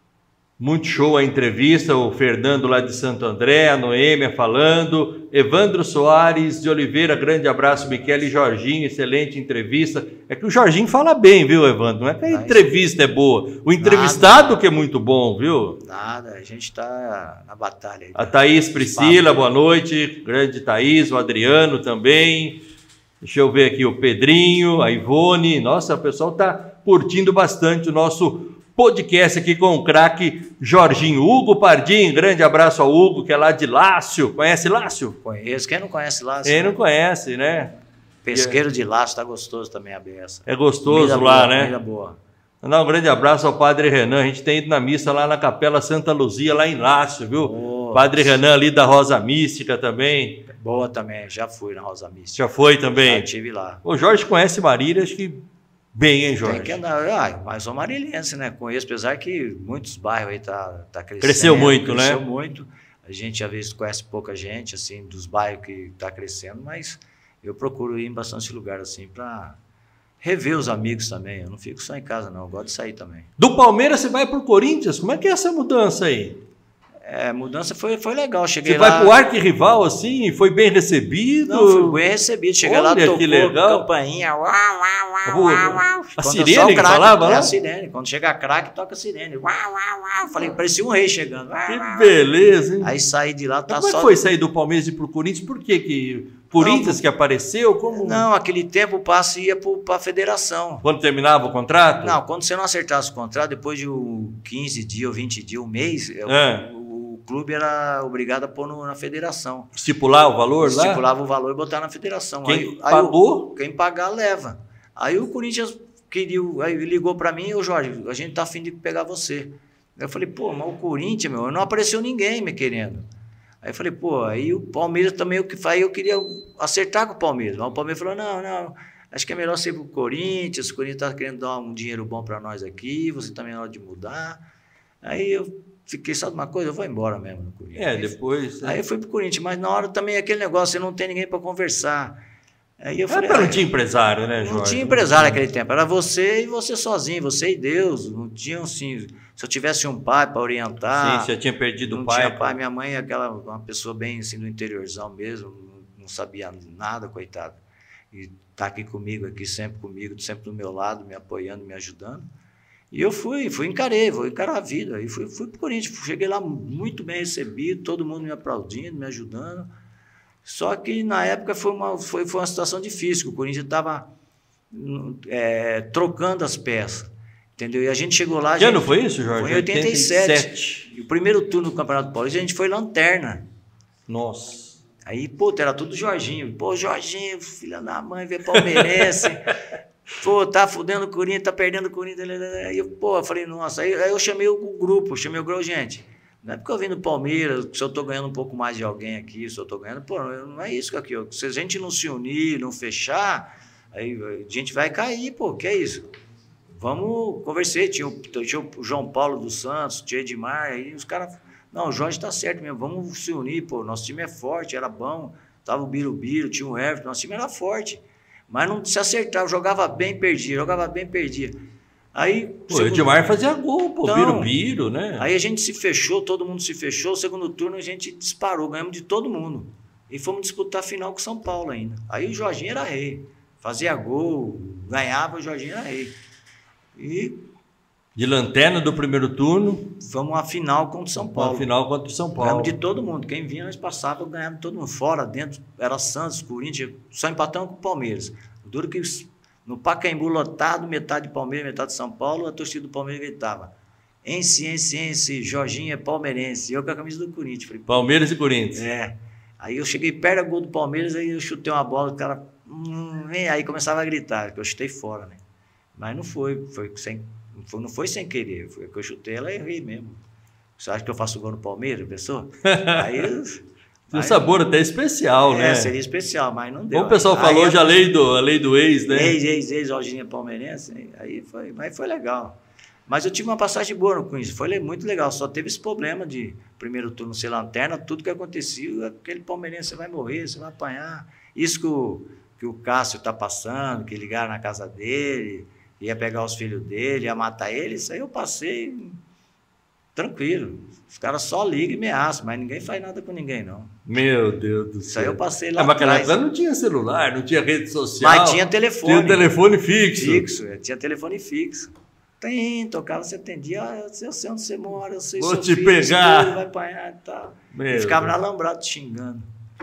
Muito show a entrevista, o Fernando lá de Santo André, a Noêmia falando, Evandro Soares de Oliveira, grande abraço, Michele e Jorginho, excelente entrevista. É que o Jorginho fala bem, viu, Evandro? Não é que a entrevista é boa, o entrevistado nada, que é muito bom, viu? Nada, a gente está na batalha. Aí, a Thaís Priscila, boa noite, grande Thaís, o Adriano também. Deixa eu ver aqui o Pedrinho, a Ivone, nossa, o pessoal está curtindo bastante o nosso podcast aqui com o craque Jorginho. Hugo Pardim, grande abraço ao Hugo, que é lá de Lácio. Conhece Lácio? Conheço. Quem não conhece Lácio? Quem não conhece, né? Pesqueiro de Lácio, tá gostoso também a beça. É gostoso comida lá, boa, né? Comida boa. Mandar um grande abraço ao Padre Renan. A gente tem ido na missa lá na Capela Santa Luzia, lá em Lácio, viu? Nossa. Padre Renan ali da Rosa Mística também. Boa também, já fui na Rosa Mística. Já foi também? Já estive lá. O Jorge conhece Marília, acho que bem, hein, Jorge? Tem que andar, ah, mas sou marilhense, né? Conheço, apesar que muitos bairros aí tá, tá crescendo. Cresceu muito, cresceu né? Cresceu muito. A gente, às vezes, conhece pouca gente, assim, dos bairros que tá crescendo, mas eu procuro ir em bastante lugar, assim, para rever os amigos também. Eu não fico só em casa, não. Eu gosto de sair também. Do Palmeiras você vai pro Corinthians? Como é que é essa mudança aí? É, a mudança foi, foi legal. Cheguei Você lá... vai pro arquirrival assim, foi bem recebido? Não, fui bem recebido. Cheguei Olha, lá, tocou que legal. campainha. Uau, uau, uau, uau, uau. A sirene que falava, é, né? a sirene. Quando chega craque, toca a sirene. Uau, uau, uau. Falei, parecia um rei chegando. Uau, que uau. beleza, hein? Aí saí de lá, tá Mas como só... é que foi sair do Palmeiras e pro Corinthians? Por que que... Corinthians não, que apareceu? Como... Não, aquele tempo o passe ia para a federação. Quando terminava o contrato? Não, quando você não acertasse o contrato, depois de quinze dias ou vinte dias, um mês, é. o, o clube era obrigado a pôr no, na federação. Estipular o valor lá? Estipulava o valor e botar na federação. Quem aí, pagou? Aí, quem pagar, leva. Aí o Corinthians queria, aí ligou para mim, ô Jorge, a gente tá afim de pegar você. Eu falei, pô, mas o Corinthians, meu, não apareceu ninguém me querendo. Aí eu falei, pô, aí o Palmeiras também, aí eu queria acertar com o Palmeiras. Mas o Palmeiras falou, não, não, acho que é melhor ser pro Corinthians, o Corinthians está querendo dar um dinheiro bom para nós aqui, você também é hora de mudar. Aí eu fiquei, sabe uma coisa, eu vou embora mesmo no Corinthians. É, depois... Aí, aí eu fui pro Corinthians, mas na hora também aquele negócio, você não tem ninguém para conversar. Aí eu falei, ah, não tinha empresário, né, Jorge? Não tinha empresário naquele tempo, era você e você sozinho, você e Deus, não tinha assim... Se eu tivesse um pai para orientar... Sim, você tinha perdido o pai. Não tinha pai, minha mãe é aquela, uma pessoa bem assim do interiorzão mesmo, não, não sabia nada, coitada. E tá aqui comigo, aqui sempre comigo, sempre do meu lado, me apoiando, me ajudando. E eu fui, fui encarei, vou encarar a vida. E fui, fui pro Corinthians. Cheguei lá muito bem recebido, todo mundo me aplaudindo, me ajudando. Só que na época foi uma, foi, foi uma situação difícil, o Corinthians estava é, trocando as peças. Entendeu? E a gente chegou lá... Que ano foi isso, Jorge? Foi em oitenta e sete. oitenta e sete. E o primeiro turno do Campeonato Paulista, a gente foi lanterna. Nossa. Aí, pô, era tudo Jorginho. Pô, Jorginho, filha da mãe, vê palmeirense. Pô, tá fudendo o Corinthians, tá perdendo o Corinthians. Aí, eu, pô, eu falei, nossa. Aí, aí eu chamei o grupo, chamei o grupo, gente. Não é porque eu vim do Palmeiras, se eu tô ganhando um pouco mais de alguém aqui, se eu tô ganhando... Pô, não é isso aqui. Se a gente não se unir, não fechar, aí a gente vai cair, pô, que é isso? Vamos conversar, tinha, tinha o João Paulo dos Santos, tinha Edmar, aí os caras, não, o Jorge tá certo mesmo, vamos se unir, pô, nosso time é forte, era bom, tava o Birubiru, tinha o Everton, nosso time era forte, mas não se acertava, jogava bem, perdia, jogava bem, perdia. Aí, pô, segundo... o Edmar fazia gol, pô, então, Birubiru, né? Aí a gente se fechou, todo mundo se fechou, o segundo turno a gente disparou, ganhamos de todo mundo, e fomos disputar a final com São Paulo ainda. Aí o Jorginho era rei, fazia gol, ganhava, o Jorginho era rei. E de lanterna do primeiro turno, vamos à final contra o São Paulo. Uma final contra o São Paulo. Ganhamos de todo mundo. Quem vinha, nós passávamos, ganhávamos de todo mundo. Fora, dentro, era Santos, Corinthians, só empatamos com o Palmeiras. Duro que no Pacaembu lotado, metade de Palmeiras, metade de São Paulo, a torcida do Palmeiras gritava: Ense, ense, ense, Jorginho é palmeirense. E eu com a camisa do Corinthians. Falei, Palmeiras e Corinthians. É. Aí eu cheguei perto do gol do Palmeiras, aí eu chutei uma bola, o cara... Hum, aí começava a gritar, que eu chutei fora, né? Mas não foi, foi sem, foi, não foi sem querer, foi que eu chutei, ela errei mesmo. Você acha que eu faço gol no Palmeiras, pessoa? Aí, tem um sabor até especial, é, né? É, seria especial, mas não deu. Como o pessoal aí, falou, aí, já a lei do, a lei do ex, né? Ex, ex, ex, Jorginho palmeirense, aí foi, mas foi legal. Mas eu tive uma passagem boa no Corinthians, foi muito legal, só teve esse problema de primeiro turno ser lanterna, tudo que acontecia, aquele palmeirense, você vai morrer, você vai apanhar. Isso que o, que o Cássio está passando, que ligaram na casa dele... ia pegar os filhos dele, ia matar ele, isso aí eu passei tranquilo. Os caras só ligam e ameaçam, mas ninguém faz nada com ninguém, não. Meu Deus do céu. Isso aí eu passei lá ah, mas atrás. Mas não tinha celular, não tinha rede social. Mas tinha telefone. Tinha telefone fixo. Fixo, é, tinha telefone fixo. Tem, tocava, você atendia, ah, eu sei onde você mora, eu sei Vou seu te filho, pegar. Filho, vai apanhar e tal. Meu e ficava Deus. na alambrado xingando.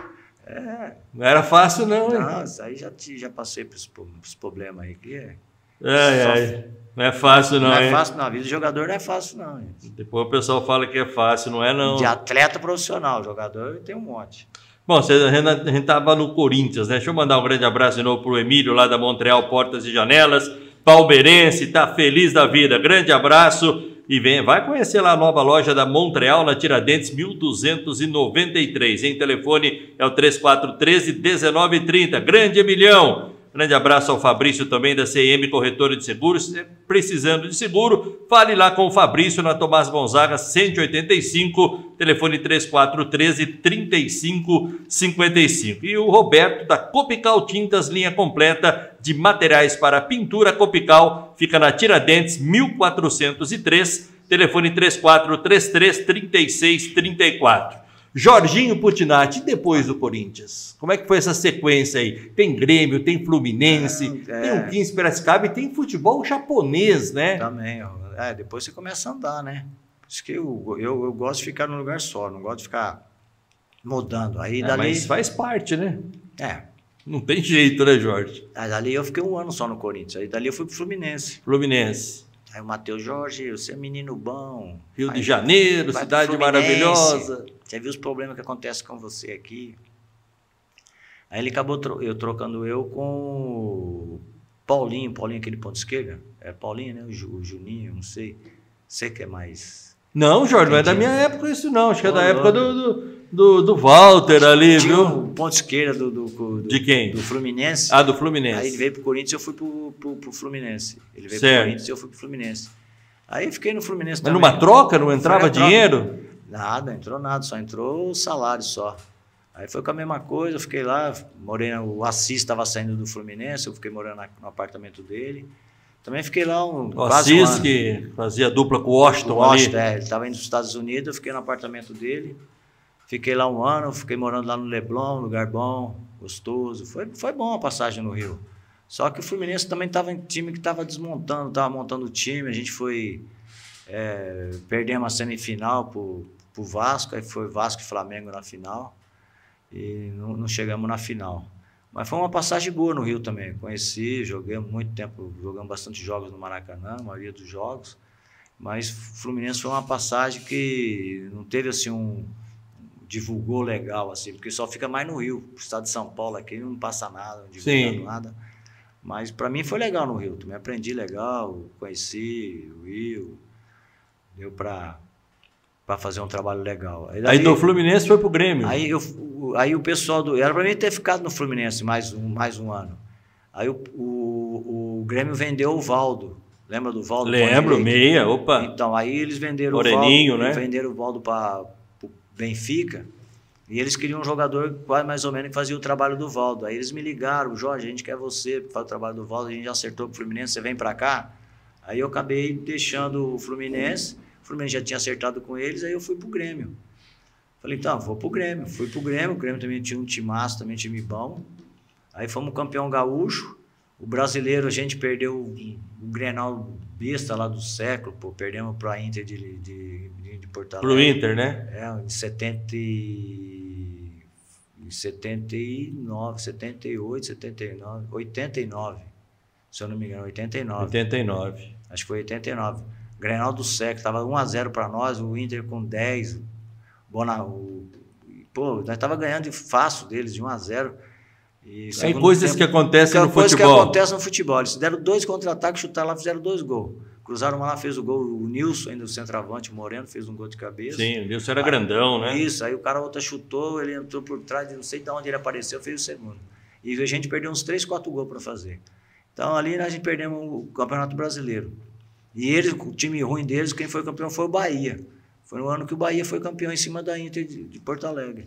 É. Não era fácil não, hein? Não, isso aí já, já passei por esse problema aí, que é... Ai, ai. Não é fácil não, Não é hein? fácil não, a vida do jogador não é fácil não. Gente. Depois o pessoal fala que é fácil, não é não. De atleta profissional, jogador tem um monte. Bom, a gente estava no Corinthians, né? Deixa eu mandar um grande abraço de novo para o Emílio, lá da Montreal Portas e Janelas, palmeirense, tá feliz da vida. Grande abraço e vem, vai conhecer lá a nova loja da Montreal, na Tiradentes, mil duzentos e noventa e três. Em telefone é o três quatro um três, um nove três zero. Grande Emilhão! Grande abraço ao Fabrício também da C M Corretora de Seguros. Precisando de seguro, fale lá com o Fabrício na Tomás Gonzaga cento e oitenta e cinco, telefone três quatro um três, três cinco cinco cinco. E o Roberto da Copical Tintas, linha completa de materiais para pintura Copical, fica na Tiradentes mil quatrocentos e três, telefone três quatro três três, três seis três quatro. Jorginho Putinati, depois do Corinthians, como é que foi essa sequência aí? Tem Grêmio, tem Fluminense, é, é. tem o quinze Piracicaba e tem futebol japonês, né? Também, é, depois você começa a andar, né? Por isso que eu, eu, eu gosto de ficar num lugar só, não gosto de ficar mudando. Aí, é, dali... Mas faz parte, né? É. Não tem jeito, né, Jorge? Aí dali eu fiquei um ano só no Corinthians, aí dali eu fui pro Fluminense. Fluminense. Aí o Matheus, Jorge, você é menino bom. Rio vai, de Janeiro, cidade maravilhosa. Você viu os problemas que acontecem com você aqui? Aí ele acabou tro eu trocando eu com o Paulinho, Paulinho aquele ponto esquerda. É Paulinho, né? O, Ju, o Juninho, não sei. Você que é mais... Não, Jorge, não é da minha época isso não. Acho que é da época do, do, do, do Walter ali, tinha viu? O ponto esquerda do, do, do... De quem? Do Fluminense. Ah, do Fluminense. Aí ele veio pro Corinthians e eu fui pro, pro, pro Fluminense. Ele veio certo. pro Corinthians e eu fui pro Fluminense. Aí fiquei no Fluminense Mas também. numa troca não entrava dinheiro? Nada, entrou nada, só entrou o salário só. Aí foi com a mesma coisa, eu fiquei lá, morei, o Assis estava saindo do Fluminense, eu fiquei morando na, no apartamento dele. Também fiquei lá um, o quase Assis um ano. que fazia dupla com o Washington, o Washington ali. É, ele estava indo dos Estados Unidos, eu fiquei no apartamento dele. Fiquei lá um ano, fiquei morando lá no Leblon, lugar bom, gostoso. Foi, foi bom a passagem no Rio. Só que o Fluminense também estava em time que estava desmontando, estava montando o time. A gente foi... É, perdemos a semifinal para o Vasco, aí foi Vasco e Flamengo na final. E não, não chegamos na final. Mas foi uma passagem boa no Rio também. Conheci, joguei muito tempo, jogamos bastante jogos no Maracanã, a maioria dos jogos. Mas Fluminense foi uma passagem que não teve assim um... divulgou legal, assim, porque só fica mais no Rio. O estado de São Paulo aqui não passa nada, não divulga nada. Mas para mim foi legal no Rio. Também aprendi legal, conheci o Rio. Deu para para fazer um trabalho legal. Aí, daí, aí do Fluminense foi pro Grêmio. Aí, eu, aí o pessoal do... Era para mim ter ficado no Fluminense mais um, mais um ano. Aí o, o, o Grêmio vendeu o Valdo. Lembra do Valdo? Lembro, meia, opa. Então, aí eles venderam Moreninho, o Valdo, né? venderam o Valdo para o Benfica. E eles queriam um jogador quase mais ou menos que fazia o trabalho do Valdo. Aí eles me ligaram, Jorge, a gente quer você para fazer o trabalho do Valdo, a gente já acertou com o Fluminense, você vem para cá? Aí eu acabei deixando o Fluminense, o Fluminense já tinha acertado com eles, aí eu fui pro Grêmio. Falei, então, vou pro Grêmio. Fui pro Grêmio, o Grêmio também tinha um timaço, também um time bom. Aí fomos campeão gaúcho. O brasileiro, a gente perdeu o, o Grenal besta lá do século, pô, perdemos para a Inter de, de, de Porto Alegre. Pro Inter, né? É, em setenta e... em setenta e nove, setenta e oito, setenta e nove, oitenta e nove, se eu não me engano, oitenta e nove. oitenta e nove. Acho que foi oitenta e nove. Grenal do século, estava um a zero para nós, o Inter com dez. Bona, o, pô, nós estava ganhando fácil deles, de um a zero. E aí coisas tempo, que acontecem no coisa futebol. que acontece no futebol. Eles deram dois contra-ataques, chutaram lá, fizeram dois gols. Cruzaram uma lá, fez o gol. O Nilson, ainda o centroavante, o Moreno, fez um gol de cabeça. Sim, o Nilson era aí, grandão, né? Isso, aí o cara outra chutou, ele entrou por trás, não sei de onde ele apareceu, fez o segundo. E a gente perdeu uns três, quatro gols para fazer. Então ali a gente perdemos o Campeonato Brasileiro. E eles, o time ruim deles, quem foi campeão foi o Bahia. Foi no ano que o Bahia foi campeão em cima da Inter de, de Porto Alegre.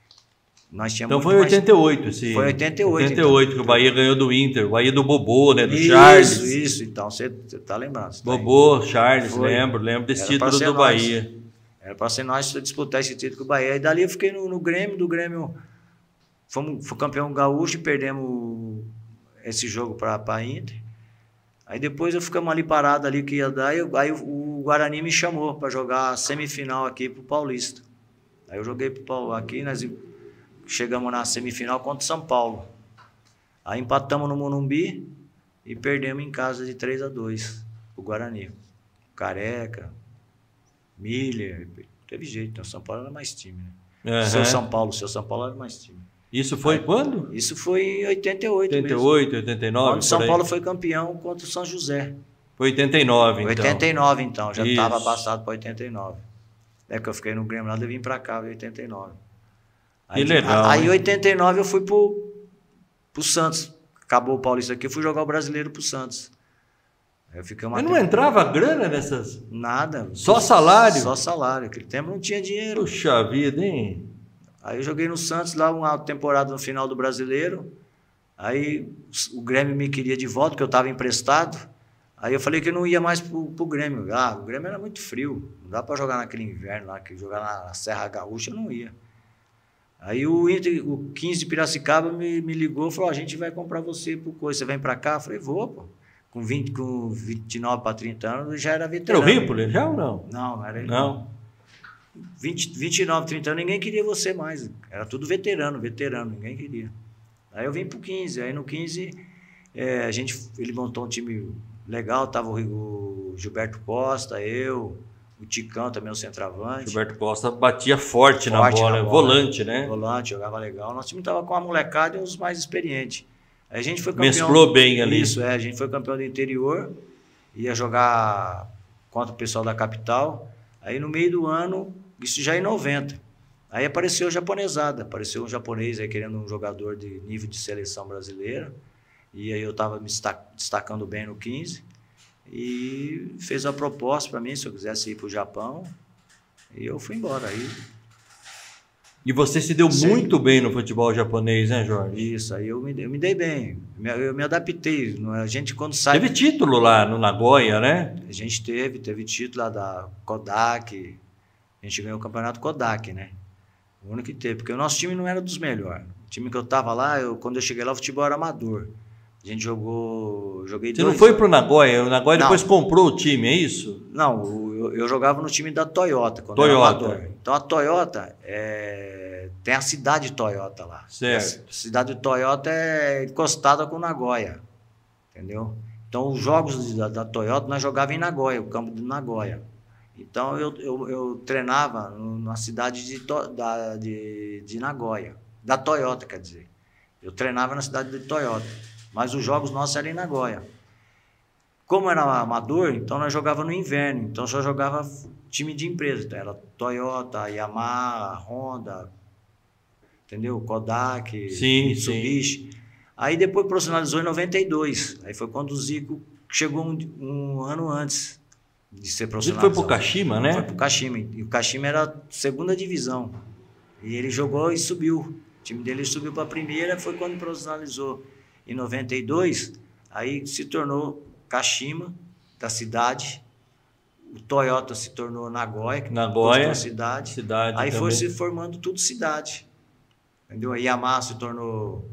Nós tínhamos então foi oitenta e oito, sim. Foi oitenta e oito. oitenta e oito, então. Que o Bahia ganhou do Inter, o Bahia do Bobô, né? Do isso, Charles. Isso, isso. Então, você tá lembrando. Você Bobô, tá Charles, foi. lembro, lembro desse Era título do nós. Bahia. Era para ser nós disputar esse título com o Bahia. E dali eu fiquei no, no Grêmio, do Grêmio fomos, fomos campeão gaúcho e perdemos esse jogo para a Inter. Aí depois eu ficamos ali parado ali que ia dar, e eu, aí o, o Guarani me chamou para jogar a semifinal aqui pro Paulista. Aí eu joguei pro aqui, nós chegamos na semifinal contra o São Paulo. Aí empatamos no Morumbi e perdemos em casa de três a dois o Guarani. Careca, Miller, teve jeito, né? O São Paulo era mais time, né? Uhum. Seu São Paulo, seu São Paulo era mais time. Isso foi aí, quando? Isso foi em oitenta e oito oitenta e oito, mesmo. oitenta e nove. Quando o São Paulo foi campeão contra o São José. Foi oitenta e nove, então. oitenta e nove, então. Já estava passado para oitenta e nove. É que eu fiquei no Grêmio lá, eu vim para cá, em oitenta e nove. Aí, que legal. Aí em oitenta e nove eu fui pro, pro Santos. Acabou o Paulista aqui, eu fui jogar o Brasileiro pro Santos. Eu fiquei uma Mas não temporada... entrava grana nessas... Nada. Só salário? Só salário. Naquele tempo não tinha dinheiro. Puxa vida, hein? Aí eu joguei no Santos lá uma temporada no final do Brasileiro. Aí o Grêmio me queria de volta, porque eu estava emprestado. Aí eu falei que eu não ia mais pro, pro Grêmio. Ah, o Grêmio era muito frio. Não dá para jogar naquele inverno lá, que jogar na Serra Gaúcha, eu não ia. Aí o, Inter, o quinze de Piracicaba me, me ligou e falou, a gente vai comprar você por coisa. Você vem para cá? Eu falei, vou, pô. Com, vinte, com vinte e nove para trinta anos, eu já era veterano. Era o Ripoli já ou não? Não, não era ele. Não. vinte, vinte e nove, trinta anos, ninguém queria você mais. Era tudo veterano, veterano, ninguém queria. Aí eu vim pro quinze. Aí no quinze, é, a gente, ele montou um time legal, tava o, o Gilberto Costa, eu, o Ticão também, o centroavante. Gilberto Costa batia forte, forte na, bola, na bola, volante, né? Volante, jogava legal. Nosso time tava com a molecada e os mais experientes. Aí a gente foi campeão. Mesclou bem ali. Isso, é, a gente foi campeão do interior, ia jogar contra o pessoal da capital. Aí no meio do ano, isso já em noventa, aí apareceu a japonesada, apareceu um japonês aí querendo um jogador de nível de seleção brasileira, e aí eu estava me destacando bem no quinze, e fez a proposta para mim, se eu quisesse ir para o Japão, e eu fui embora. Aí... E você se deu Sim. muito bem no futebol japonês, né, Jorge? Isso, aí eu me, eu me dei bem, eu me adaptei. A gente quando sai... Teve título lá no Nagoya, né? A gente teve, teve título lá da Kodak, a gente ganhou o campeonato Kodak, né? O único que teve, porque o nosso time não era dos melhores. O time que eu tava lá, eu, quando eu cheguei lá, o futebol era amador. A gente jogou... Joguei Você dois não foi anos. pro Nagoya? O Nagoya Não. depois comprou o time, é isso? Não, o- eu, eu jogava no time da Toyota, quando Toyota. era amador. Então a Toyota, é, tem a cidade Toyota lá. Certo. A cidade Toyota é encostada com Nagoya, entendeu? Então os jogos da, da Toyota nós jogávamos em Nagoya, o campo de Nagoya. Então eu, eu, eu treinava no- na cidade de, To- da, de, de Nagoya, da Toyota, quer dizer. Eu treinava na cidade de Toyota, mas os jogos nossos eram em Nagoya. Como era amador, então nós jogávamos no inverno, então só jogava time de empresa. Então era Toyota, Yamaha, Honda, entendeu? Kodak, Sim, Mitsubishi. Aí depois profissionalizou em noventa e dois. Aí foi quando o Zico chegou um, um ano antes de ser Ele profissionalizado. foi pro Kashima, né? Foi pro Kashima. E o Kashima era a segunda divisão. E ele jogou e subiu. O time dele subiu para a primeira, foi quando profissionalizou. Em noventa e dois, aí se tornou Kashima, da cidade. O Toyota se tornou Nagoya, que Nagoya, postou a cidade. cidade Aí também. foi se formando tudo cidade. Entendeu? A Yamaha se tornou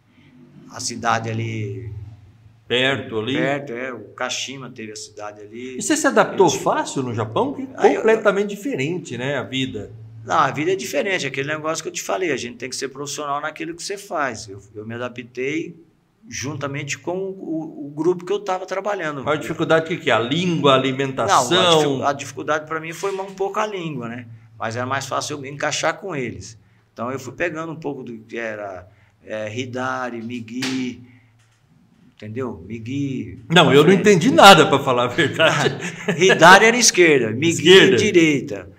a cidade ali Perto ali. perto, é, o Kashima teve a cidade ali. E você se adaptou Eles- fácil no Japão? Que é Ah, eu- completamente diferente, né? A vida. Não, a vida é diferente, aquele negócio que eu te falei, a gente tem que ser profissional naquilo que você faz. Eu, eu me adaptei juntamente com o, o grupo que eu estava trabalhando. Qual a dificuldade que, que é? A língua, a Não, alimentação? a, dificu- a dificuldade para mim foi um pouco a língua, né? Mas era mais fácil eu me encaixar com eles. Então eu fui pegando um pouco do que era é, Hidari, Migi, entendeu? Migi. Não, eu não entendi nada, para falar a verdade. Hidari era esquerda, Migi Esquerda. direita.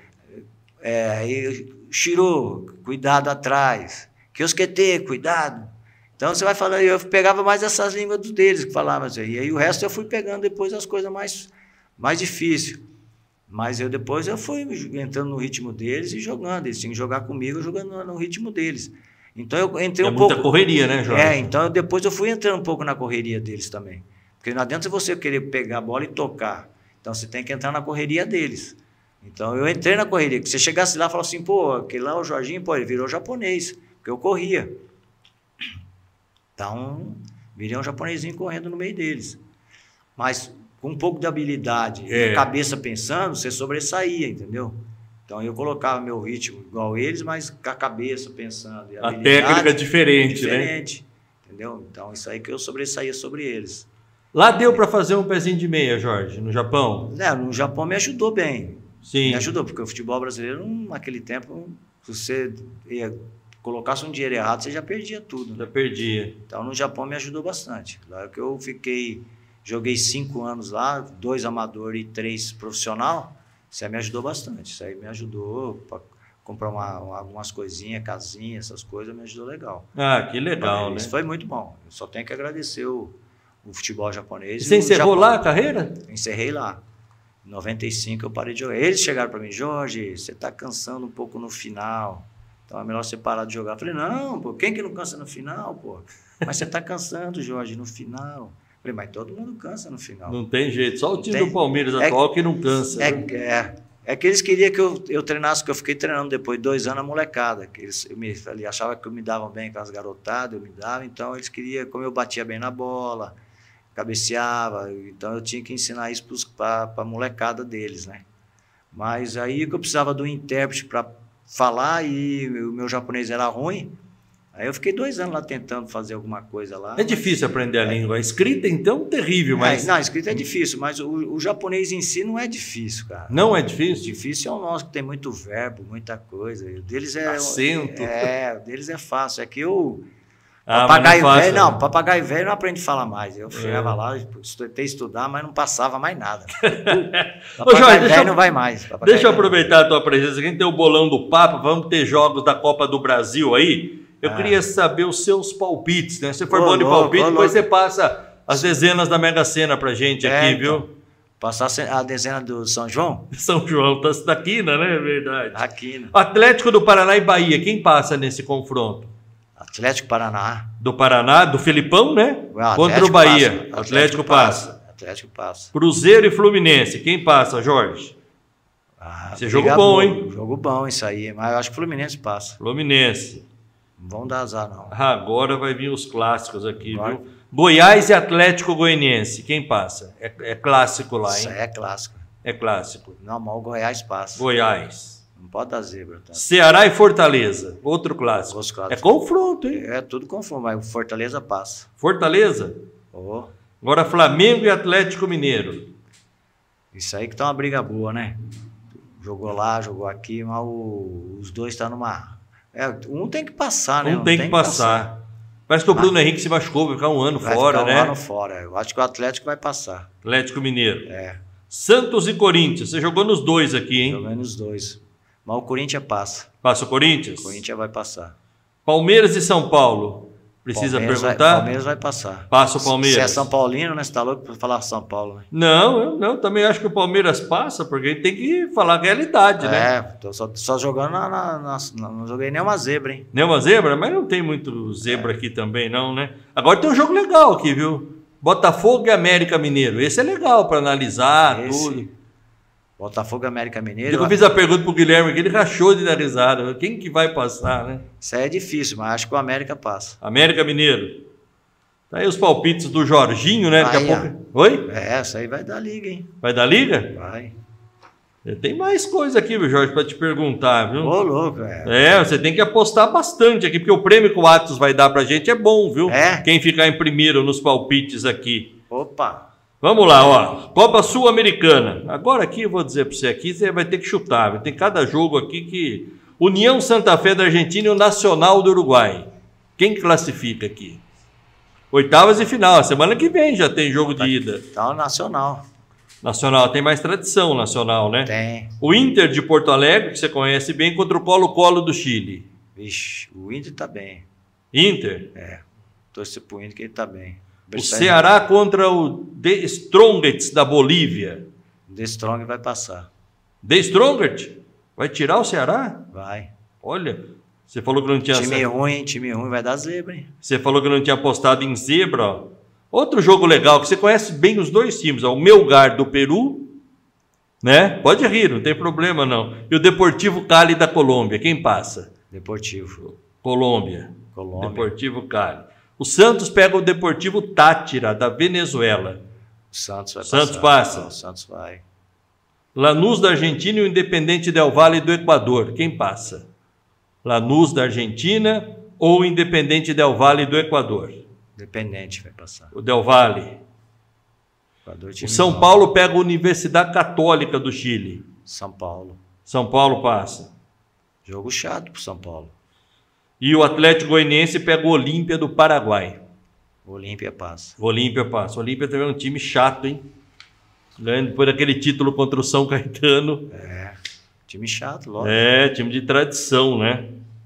É, e Shiro, cuidado atrás. Kyoskete, cuidado. Então você vai falando, eu pegava mais essas línguas dos deles que falavam assim. E aí o resto eu fui pegando depois as coisas mais, mais difíceis. Mas eu depois eu fui entrando no ritmo deles e jogando. Eles tinham que jogar comigo, eu jogando no ritmo deles. Então eu entrei É um muita pouco. correria, né, Jorge? É, então depois eu fui entrando um pouco na correria deles também. Porque não adianta você querer pegar a bola e tocar. Então você tem que entrar na correria deles. Então eu entrei na correria. Se você chegasse lá e falasse assim, pô, aquele lá, o Jorginho, pô, ele virou japonês. Porque eu corria. Então, virei um japonesinho correndo no meio deles. Mas com um pouco de habilidade É. e cabeça pensando, você sobressaía, entendeu? Então eu colocava meu ritmo igual eles, mas com a cabeça pensando. E A habilidade técnica é diferente, né? diferente, entendeu? Então isso aí que eu sobressaía sobre eles. Lá deu para fazer um pezinho de meia, Jorge, no Japão? É, no Japão me ajudou bem. Sim. Me ajudou, porque o futebol brasileiro, naquele tempo, se você ia, colocasse um dinheiro errado, você já perdia tudo. Já Né? perdia. Então no Japão me ajudou bastante. Lá que eu fiquei, joguei cinco anos lá, dois amador e três profissional, isso aí me ajudou bastante. Isso aí me ajudou para comprar uma, uma- algumas coisinhas, casinha, essas coisas, me ajudou legal. Ah, que legal, Isso né? foi muito bom. Eu só tenho que agradecer o, o futebol japonês. E e você o encerrou Japão. lá a carreira? Eu encerrei lá. Em noventa e cinco eu parei de jogar. Eles chegaram para mim, Jorge, você está cansando um pouco no final. Então é melhor você parar de jogar. Eu falei, não, pô, quem que não cansa no final, pô? Mas você está cansando, Jorge, no final. Eu falei, mas todo mundo cansa no final. Não tem jeito. Só o time Tem. do Palmeiras É- atual que não cansa. É, né? é, é que eles queriam que eu, eu treinasse, que eu fiquei treinando depois de dois anos a molecada. Que eles eu me, eles achavam que eu me dava bem com as garotadas, eu me dava. Então eles queriam, como eu batia bem na bola, cabeceava, então eu tinha que ensinar isso para a molecada deles, né? Mas aí que eu precisava do intérprete para falar e o meu japonês era ruim, aí eu fiquei dois anos lá tentando fazer alguma coisa lá. É difícil aprender a língua. A escrita, então, terrível, mas É, não, a escrita é difícil, mas o, o japonês em si não é difícil, cara. não é O difícil? difícil é o nosso, que tem muito verbo, muita coisa. O deles é. Acento. É, o deles é fácil. É que eu. Ah, mas Papagaio não é fácil, velho, não, né? papagaio velho não aprende a falar mais. Eu chegava lá, tentei estudar, mas não passava mais nada. Papagaio Jorge, velho deixa eu- não vai mais. papagaio Deixa eu velho. aproveitar a tua presença aqui, a gente tem o bolão do Papa, vamos ter jogos da Copa do Brasil aí. Eu Ah. queria saber os seus palpites, né? Você for Ô, bom de louco, palpite, ô, depois louco. você passa as dezenas da Mega Sena pra gente É, aqui, então. viu? Passar a dezena do São João? São João, tá da quina, né? É verdade. Aqui, né? Atlético do Paraná e Bahia, quem passa nesse confronto? Atlético Paraná. Do Paraná, do Felipão, né? Ah, Contra Atlético o Bahia. passa. Atlético, passa. Atlético passa. Cruzeiro e Fluminense, quem passa, Jorge? Ah, Esse é jogo briga bom, boa. hein? Jogo bom isso aí, mas eu acho que o Fluminense passa. Fluminense. Não vão dar azar, não. Agora vai vir os clássicos aqui, Agora... viu? Goiás e Atlético Goianiense. Quem passa? É, é clássico lá, hein? Isso aí é clássico. É clássico. Não, mas o Goiás passa. Goiás. Não pode dar zebra. Tá? Ceará e Fortaleza. Outro clássico. Os clássicos. É confronto, hein? É tudo confronto, mas o Fortaleza passa. Fortaleza. Oh. Agora Flamengo e Atlético Mineiro. Isso aí que tá uma briga boa, né? Jogou lá, jogou aqui, mas o, os dois estão tá numa... É, um tem que passar, né? Um tem, tem que passar. passar. Parece que o Bruno mas... Henrique se machucou, vai ficar um ano vai fora, ficar um né? um ano fora. Eu acho que o Atlético vai passar. Atlético Mineiro. É. Santos e Corinthians. Você jogou nos dois aqui, hein? Joguei nos dois. Mas o Corinthians passa. Passa o Corinthians? O Corinthians vai passar. Palmeiras e São Paulo. Precisa Palmeiras perguntar? Vai, Palmeiras vai passar. Passa o Palmeiras. Se é São Paulino, né? Você tá louco pra falar São Paulo, né? Não, eu não. Também acho que o Palmeiras passa, porque tem que falar a realidade, é, né? É, tô só, só jogando na, na, na, na... Não joguei nenhuma zebra, hein? Nenhuma zebra? Mas não tem muito zebra é. aqui também, não, né? Agora tem um jogo legal aqui, viu? Botafogo e América Mineiro. Esse é legal para analisar Esse... tudo. Botafogo e América Mineiro. Eu fiz a pergunta pro Guilherme, que ele rachou de dar risada. Quem que vai passar, né? Isso aí é difícil, mas acho que o América passa. América Mineiro. Tá aí os palpites do Jorginho, né? Daqui aí, a pouco. Oi? É, isso aí vai dar liga, hein? Vai dar liga? Vai. Tem mais coisa aqui, viu, Jorge, para te perguntar, viu? Ô, louco, é. É, você tem que apostar bastante aqui, porque o prêmio que o Atos vai dar pra gente é bom, viu? É? Quem ficar em primeiro nos palpites aqui. Opa! Vamos lá, ó. Copa Sul-Americana. Agora aqui eu vou dizer para você aqui, você vai ter que chutar. Tem cada jogo aqui que... União Santa Fé da Argentina e o Nacional do Uruguai. Quem classifica aqui? Oitavas e final. A semana que vem já tem jogo de ida. Tá o Nacional. Nacional. Tem mais tradição nacional, né? Tem. O Inter de Porto Alegre, que você conhece bem, contra o Colo-Colo do Chile. Vixe, o Inter tá bem. Inter? É. Torce pro Inter que ele tá bem. O Ceará contra o The Strongest da Bolívia. The Strong vai passar. The Strongest? Vai tirar o Ceará? Vai. Olha, você falou que não tinha... Time ruim, time ruim vai dar zebra, hein? Você falou que não tinha apostado em zebra, ó. Outro jogo legal, que você conhece bem os dois times, ó. O Melgar do Peru, né? Pode rir, não tem problema não. E o Deportivo Cali da Colômbia. Quem passa? Deportivo. Colômbia. Colômbia. Deportivo Cali. O Santos pega o Deportivo Táchira, da Venezuela. O Santos vai Santos passar. passa. O Santos vai. Lanús da Argentina e o Independente Del Valle do Equador. Quem passa? Lanús da Argentina ou o Independente Del Valle do Equador? Independente vai passar. O Del Valle. Equador, o São Paulo pega a Universidade Católica do Chile. São Paulo. São Paulo passa. Jogo chato pro São Paulo. E o Atlético Goianiense pega o Olímpia do Paraguai. O Olímpia passa. O Olímpia passa. O Olímpia também é um time chato, hein? Ganhando depois daquele título contra o São Caetano. É, time chato, logo. É, time de tradição, né?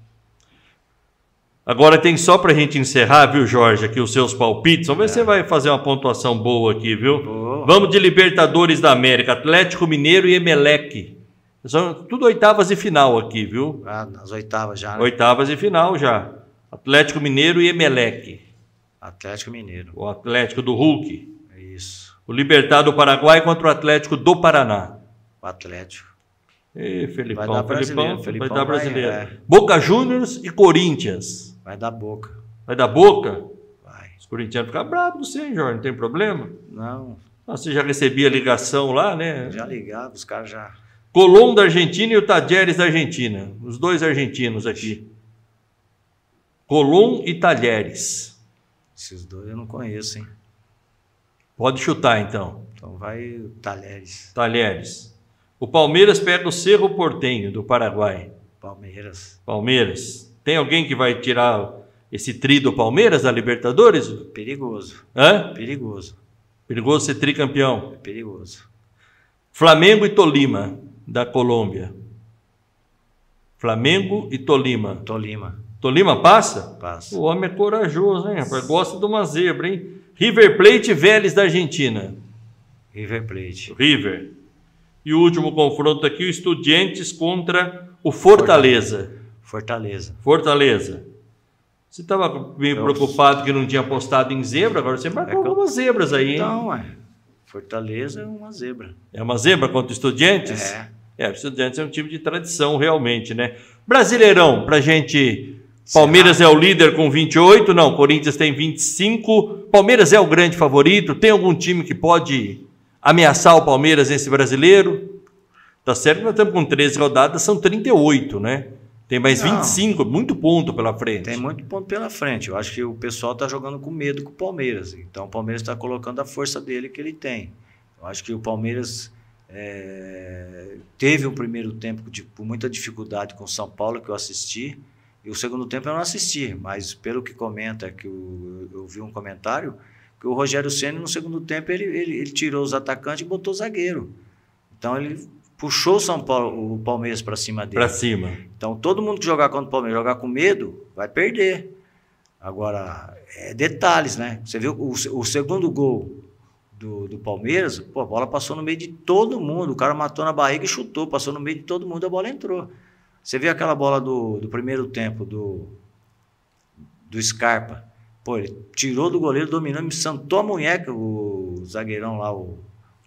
Agora tem só pra gente encerrar, viu, Jorge, aqui os seus palpites. Vamos ver é. se você vai fazer uma pontuação boa aqui, viu? Boa. Vamos de Libertadores da América. Atlético Mineiro e Emelec. São tudo oitavas e final aqui, viu? Ah, nas oitavas já, né? Oitavas e final já. Atlético Mineiro e Emelec. Atlético Mineiro. O Atlético do Hulk. Isso. O Libertad do Paraguai contra o Atlético do Paraná. O Atlético. Ê, Felipão. Vai dar brasileiro. Felipão, Felipão vai dar brasileiro. Vai, é. Boca Juniors e Corinthians. Vai dar Boca. Vai dar Boca? Vai. Os corintianos ficam bravos com você, hein, Jorge? Não tem problema? Não. Ah, você já recebia ligação lá, né? Já ligava, os caras já... Colón da Argentina e o Talheres da Argentina. Os dois argentinos aqui. Colón e Talheres. Esses dois eu não conheço, hein? Pode chutar, então. Então vai Talheres. Talheres. O Palmeiras pega o Cerro Porteño, do Paraguai. Palmeiras. Palmeiras. Tem alguém que vai tirar esse tri do Palmeiras da Libertadores? Perigoso. Hã? Perigoso. Perigoso ser tricampeão. É perigoso. Flamengo e Tolima, da Colômbia. Flamengo e Tolima. Tolima. Tolima passa? Passa. O homem é corajoso, hein, rapaz? Gosta de uma zebra, hein? River Plate e Vélez da Argentina. River Plate. River. E o último confronto aqui, o Estudiantes contra o Fortaleza. Fortaleza. Fortaleza. Você estava meio Eu... preocupado que não tinha apostado em zebra, agora você marcou é algumas eu... zebras aí, hein? Então, ué. Fortaleza é uma zebra. É uma zebra contra o Estudiantes? É. É, o Estudiantes é um time de tradição, realmente, né? Brasileirão, pra gente Palmeiras é o líder com vinte e oito, não, Corinthians tem vinte e cinco. Palmeiras é o grande favorito? Tem algum time que pode ameaçar o Palmeiras nesse brasileiro? Tá certo que nós estamos com treze rodadas, são trinta e oito, né? Tem mais não, vinte e cinco, muito ponto pela frente. Tem muito ponto pela frente. Eu acho que o pessoal está jogando com medo com o Palmeiras. Então o Palmeiras está colocando a força dele que ele tem. Eu acho que o Palmeiras é, teve um primeiro tempo de, com muita dificuldade com o São Paulo, que eu assisti. E o segundo tempo eu não assisti, mas pelo que comenta, que eu, eu vi um comentário, que o Rogério Ceni no segundo tempo ele, ele, ele tirou os atacantes e botou zagueiro. Então ele puxou o São Paulo, o Palmeiras para cima dele. Para cima. Então todo mundo que jogar contra o Palmeiras, jogar com medo, vai perder. Agora, é detalhes, né? Você viu o, o segundo gol do, do Palmeiras, pô, a bola passou no meio de todo mundo, o cara matou na barriga e chutou, passou no meio de todo mundo, a bola entrou. Você vê aquela bola do, do primeiro tempo do, do Scarpa. Pô, ele tirou do goleiro, dominou, me santou a munheca, o zagueirão lá, o...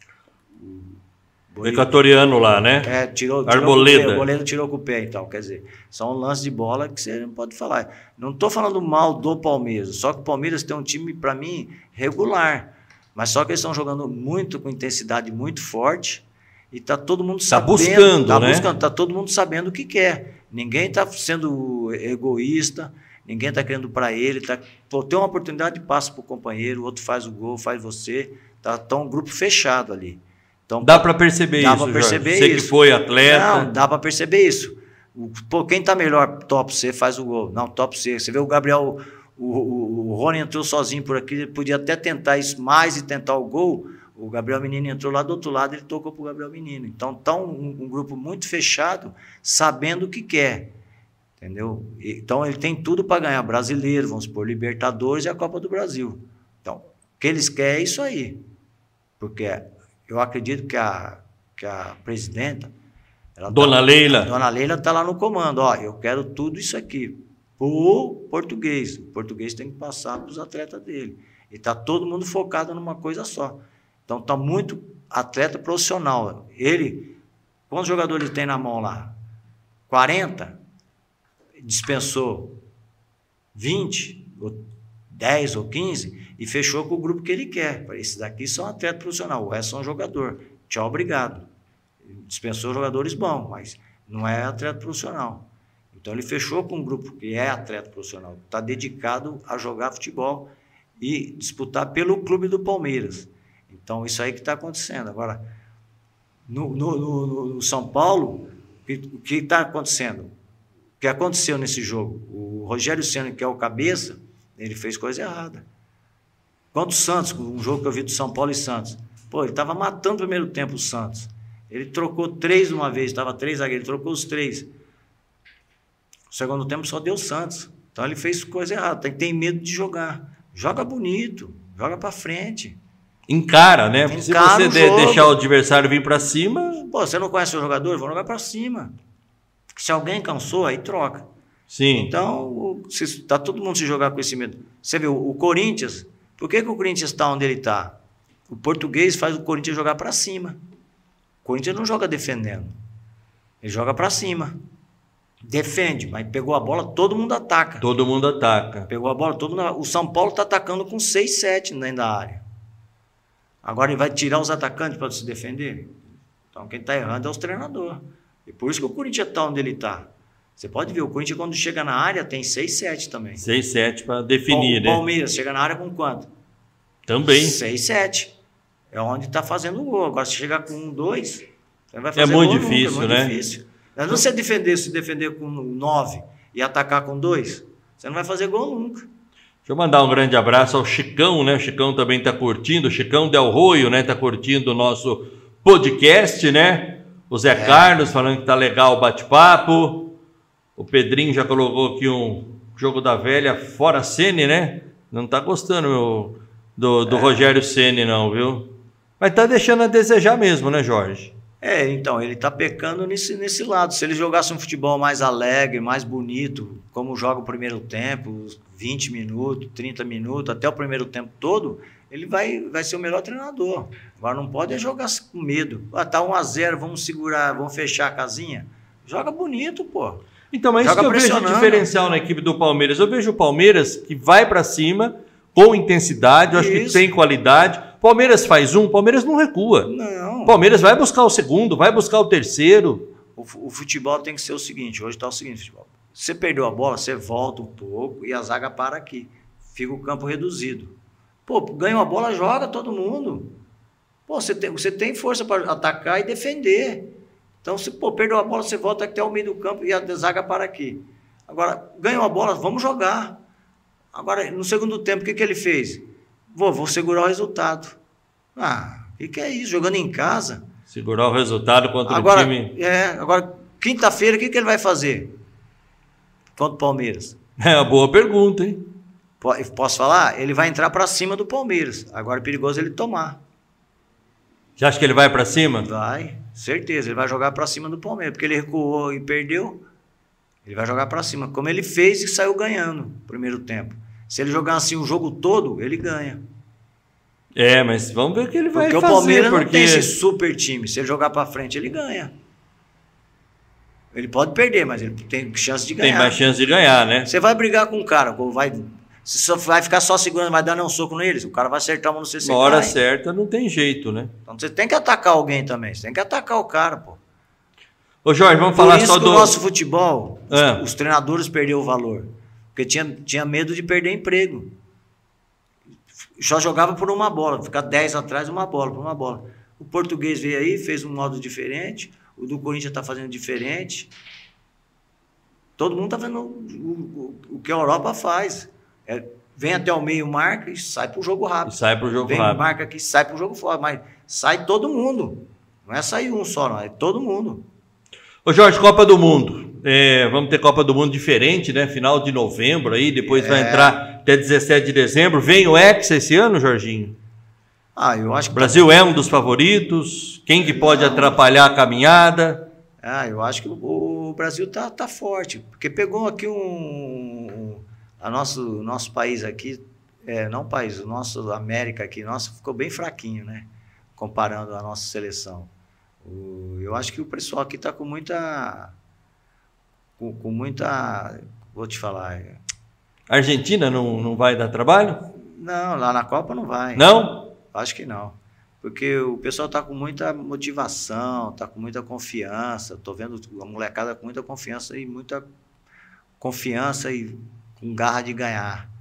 O equatoriano lá, né? É, tirou, tirou Arboleda. Com o pé, o goleiro tirou com o pé e tal. Quer dizer, são lances de bola que você não pode falar. Não estou falando mal do Palmeiras, só que o Palmeiras tem um time, para mim, regular. Mas só que eles estão jogando muito, com intensidade muito forte. E tá todo mundo sabendo. Tá buscando, tá né? buscando, tá todo mundo sabendo o que quer. Ninguém está sendo egoísta, ninguém está querendo para ele. Tá, pô, tem uma oportunidade, passa para o companheiro, o outro faz o gol, faz você. Tá, tá um grupo fechado ali. Então, dá para perceber dá isso, pra perceber Jorge. Você isso. que foi atleta. Não, dá para perceber isso. O, pô, quem tá melhor, top C, faz o gol. Não, top C. Você vê o Gabriel, o, o, o Rony entrou sozinho por aqui, ele podia até tentar isso mais e tentar o gol. O Gabriel Menino entrou lá do outro lado, ele tocou pro Gabriel Menino. Então tá um, um grupo muito fechado, sabendo o que quer. Entendeu? Então ele tem tudo para ganhar brasileiro, vamos supor, Libertadores e a Copa do Brasil. Então, o que eles querem é isso aí. Porque eu acredito que a, que a presidenta... Ela Dona tá, Leila. A Dona Leila está lá no comando. Ó, eu quero tudo isso aqui. O português. O português tem que passar para os atletas dele. E está todo mundo focado numa coisa só. Então está muito atleta profissional. Ele, quantos jogadores ele tem na mão lá? quarenta? Dispensou vinte, ou dez ou quinze e fechou com o grupo que ele quer. Esses daqui são atletas profissionais, o resto são jogador. Tchau, obrigado. Dispensou jogadores bons, mas não é atleta profissional. Então ele fechou com um grupo que é atleta profissional, está dedicado a jogar futebol e disputar pelo clube do Palmeiras. Então isso aí que está acontecendo. Agora, no, no, no, no São Paulo, o que está acontecendo? O que aconteceu nesse jogo? O Rogério Ceni, que é o cabeça, ele fez coisa errada. Quanto o Santos, um jogo que eu vi do São Paulo e Santos, pô, ele estava matando o primeiro tempo o Santos. Ele trocou três de uma vez, estava três zagueiros, ele trocou os três. O segundo tempo só deu o Santos. Então ele fez coisa errada, tem que ter medo de jogar. Joga bonito, joga para frente. Encara, né? Porque se você de, deixar o adversário vir para cima... Pô, você não conhece o jogador? Vão jogar para cima. Se alguém cansou, aí troca. Sim. Então, se está todo mundo se jogar com esse medo. Você viu, o Corinthians, por que, que o Corinthians está onde ele está? O português faz o Corinthians jogar para cima. O Corinthians não joga defendendo. Ele joga para cima. Defende, mas pegou a bola, todo mundo ataca. Todo mundo ataca. Pegou a bola, todo mundo... O São Paulo está atacando com seis, sete dentro da área. Agora ele vai tirar os atacantes para se defender? Então quem está errando é os treinadores. E por isso que o Corinthians está onde ele está. Você pode ver, o Corinthians quando chega na área tem seis, sete também. seis, sete para definir, o né? O Palmeiras chega na área com quanto? Também. seis, sete. É onde está fazendo o gol. Agora se chegar com um, dois, você vai fazer é muito gol difícil, nunca, é muito né? difícil. Mas não você defender, se defender com nove e atacar com dois, você não vai fazer gol nunca. Deixa eu mandar um grande abraço ao Chicão, né? O Chicão também está curtindo, o Chicão Del Roio, né? Está curtindo o nosso podcast, né? O Zé é. Carlos falando que tá legal o bate-papo. O Pedrinho já colocou aqui um jogo da velha fora Ceni, né? Não tá gostando meu, do, do é. Rogério Ceni não, viu? Mas tá deixando a desejar mesmo, né, Jorge? É, então, ele tá pecando nesse, nesse lado. Se ele jogasse um futebol mais alegre, mais bonito, como joga o primeiro tempo, vinte minutos, trinta minutos, até o primeiro tempo todo, ele vai, vai ser o melhor treinador. Agora não pode jogar com medo. Ah, tá um a zero, vamos segurar, vamos fechar a casinha. Joga bonito, pô. Então, mas Joga isso que eu vejo o diferencial na equipe do Palmeiras. Eu vejo o Palmeiras que vai para cima com intensidade, eu acho Isso. que tem qualidade. Palmeiras faz um, Palmeiras não recua. Não. Palmeiras vai buscar o segundo, vai buscar o terceiro. O, o futebol tem que ser o seguinte, hoje está o seguinte, futebol. Você perdeu a bola, você volta um pouco e a zaga para aqui. Fica o campo reduzido. Pô, ganha uma bola, joga todo mundo. Pô, você tem, você tem força para atacar e defender. Então, se pô, perdeu a bola, você volta até o meio do campo e a zaga para aqui. Agora, ganhou a bola, vamos jogar. Agora, no segundo tempo, o que, que ele fez? Vou, vou segurar o resultado. Ah, o que, que é isso? Jogando em casa. Segurar o resultado contra agora, o time. É, agora, quinta-feira, o que, que ele vai fazer? Contra o Palmeiras. É uma boa pergunta, hein? Posso falar? Ele vai entrar para cima do Palmeiras. Agora é perigoso ele tomar. Você acha que ele vai para cima? Vai, certeza. Ele vai jogar para cima do Palmeiras. Porque ele recuou e perdeu. Ele vai jogar para cima. Como ele fez e saiu ganhando no primeiro tempo. Se ele jogar assim o jogo todo, ele ganha. É, mas vamos ver o que ele vai porque fazer. Porque o Palmeiras porque... não tem esse super time. Se ele jogar para frente, ele ganha. Ele pode perder, mas ele tem chance de ganhar. Tem mais chance de ganhar, né? Você vai brigar com o cara, vai, você vai ficar só segurando, vai dar um soco neles, o cara vai acertar uma no C C. Na hora certa não tem jeito, né? Então você tem que atacar alguém também, você tem que atacar o cara, pô. Ô Jorge, vamos Por falar isso só que do... o nosso futebol, ah. os, os treinadores perderam o valor, porque tinha, tinha medo de perder emprego. Só jogava por uma bola, ficar dez atrás, uma bola, por uma bola. O português veio aí, fez um modo diferente, o do Corinthians está fazendo diferente. Todo mundo está vendo o, o, o que a Europa faz. É, vem até o meio, marca e sai para o jogo rápido. E sai para o jogo vem, rápido. Marca aqui, sai para o jogo fora. Mas sai todo mundo. Não é sair um só, não. É todo mundo. Ô Jorge, Copa do Mundo. É, vamos ter Copa do Mundo diferente, né? Final de novembro aí, depois é. vai entrar até dezessete de dezembro. Vem o Hexa esse ano, Jorginho? Ah, eu acho que... O Brasil tá... é um dos favoritos. Quem que pode não. atrapalhar a caminhada? Ah, eu acho que o, o Brasil tá, tá forte, porque pegou aqui um, um a nosso nosso país aqui, é, não país, o nosso América aqui, nosso ficou bem fraquinho, né? Comparando a nossa seleção. O, eu acho que o pessoal aqui tá com muita, com, com muita, vou te falar. A Argentina não, não vai dar trabalho? Não, lá na Copa não vai. Não? Acho que não. Porque o pessoal está com muita motivação, está com muita confiança. Estou vendo a molecada com muita confiança e muita confiança e com garra de ganhar.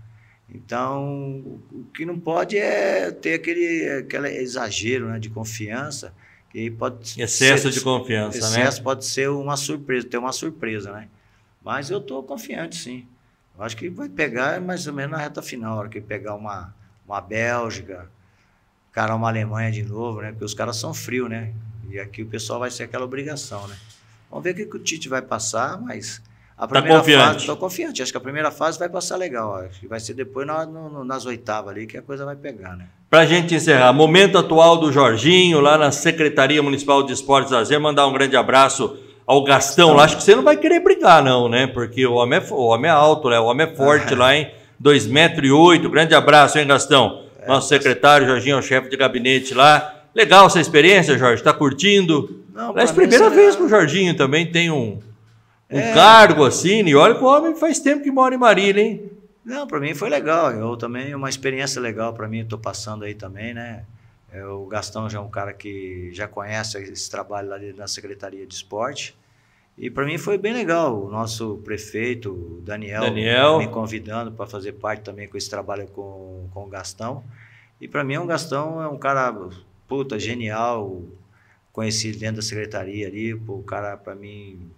Então, o que não pode é ter aquele, aquele exagero, né, de confiança. Que pode excesso ser, de confiança, excesso né? Excesso pode ser uma surpresa, ter uma surpresa, né? Mas eu estou confiante, sim. Eu acho que vai pegar mais ou menos na reta final, na hora que pegar uma, uma Bélgica, cara, uma Alemanha de novo, né? Porque os caras são frios, né? E aqui o pessoal vai ser aquela obrigação, né? Vamos ver o que, que o Tite vai passar, mas a primeira tá confiante. fase, estou confiante. Acho que a primeira fase vai passar legal. Ó. Acho que vai ser depois na, no, nas oitavas ali que a coisa vai pegar, né? Para a gente encerrar, momento atual do Jorginho, lá na Secretaria Municipal de Esportes Lazer, mandar um grande abraço ao Gastão lá. Acho que você não vai querer brigar, não, né? Porque o homem é, o homem é alto, né? O homem é forte lá, hein? dois metros e oito. Grande abraço, hein, Gastão? Nosso secretário, Jorginho, é o chefe de gabinete lá. Legal essa experiência, Jorge? Está curtindo? Não, é a primeira vez que o Jorginho também tem um, um é. cargo assim. E olha que o homem faz tempo que mora em Marília, hein? Não, para mim foi legal. Eu também, uma experiência legal para mim. Estou passando aí também, né? É, o Gastão já é um cara que já conhece esse trabalho lá na Secretaria de Esporte. E para mim foi bem legal. O nosso prefeito, o Daniel, Daniel. me convidando para fazer parte também com esse trabalho com, com o Gastão. E para mim, o Gastão é um cara, puta, genial. Conheci dentro da secretaria ali. Pô, o cara, para mim,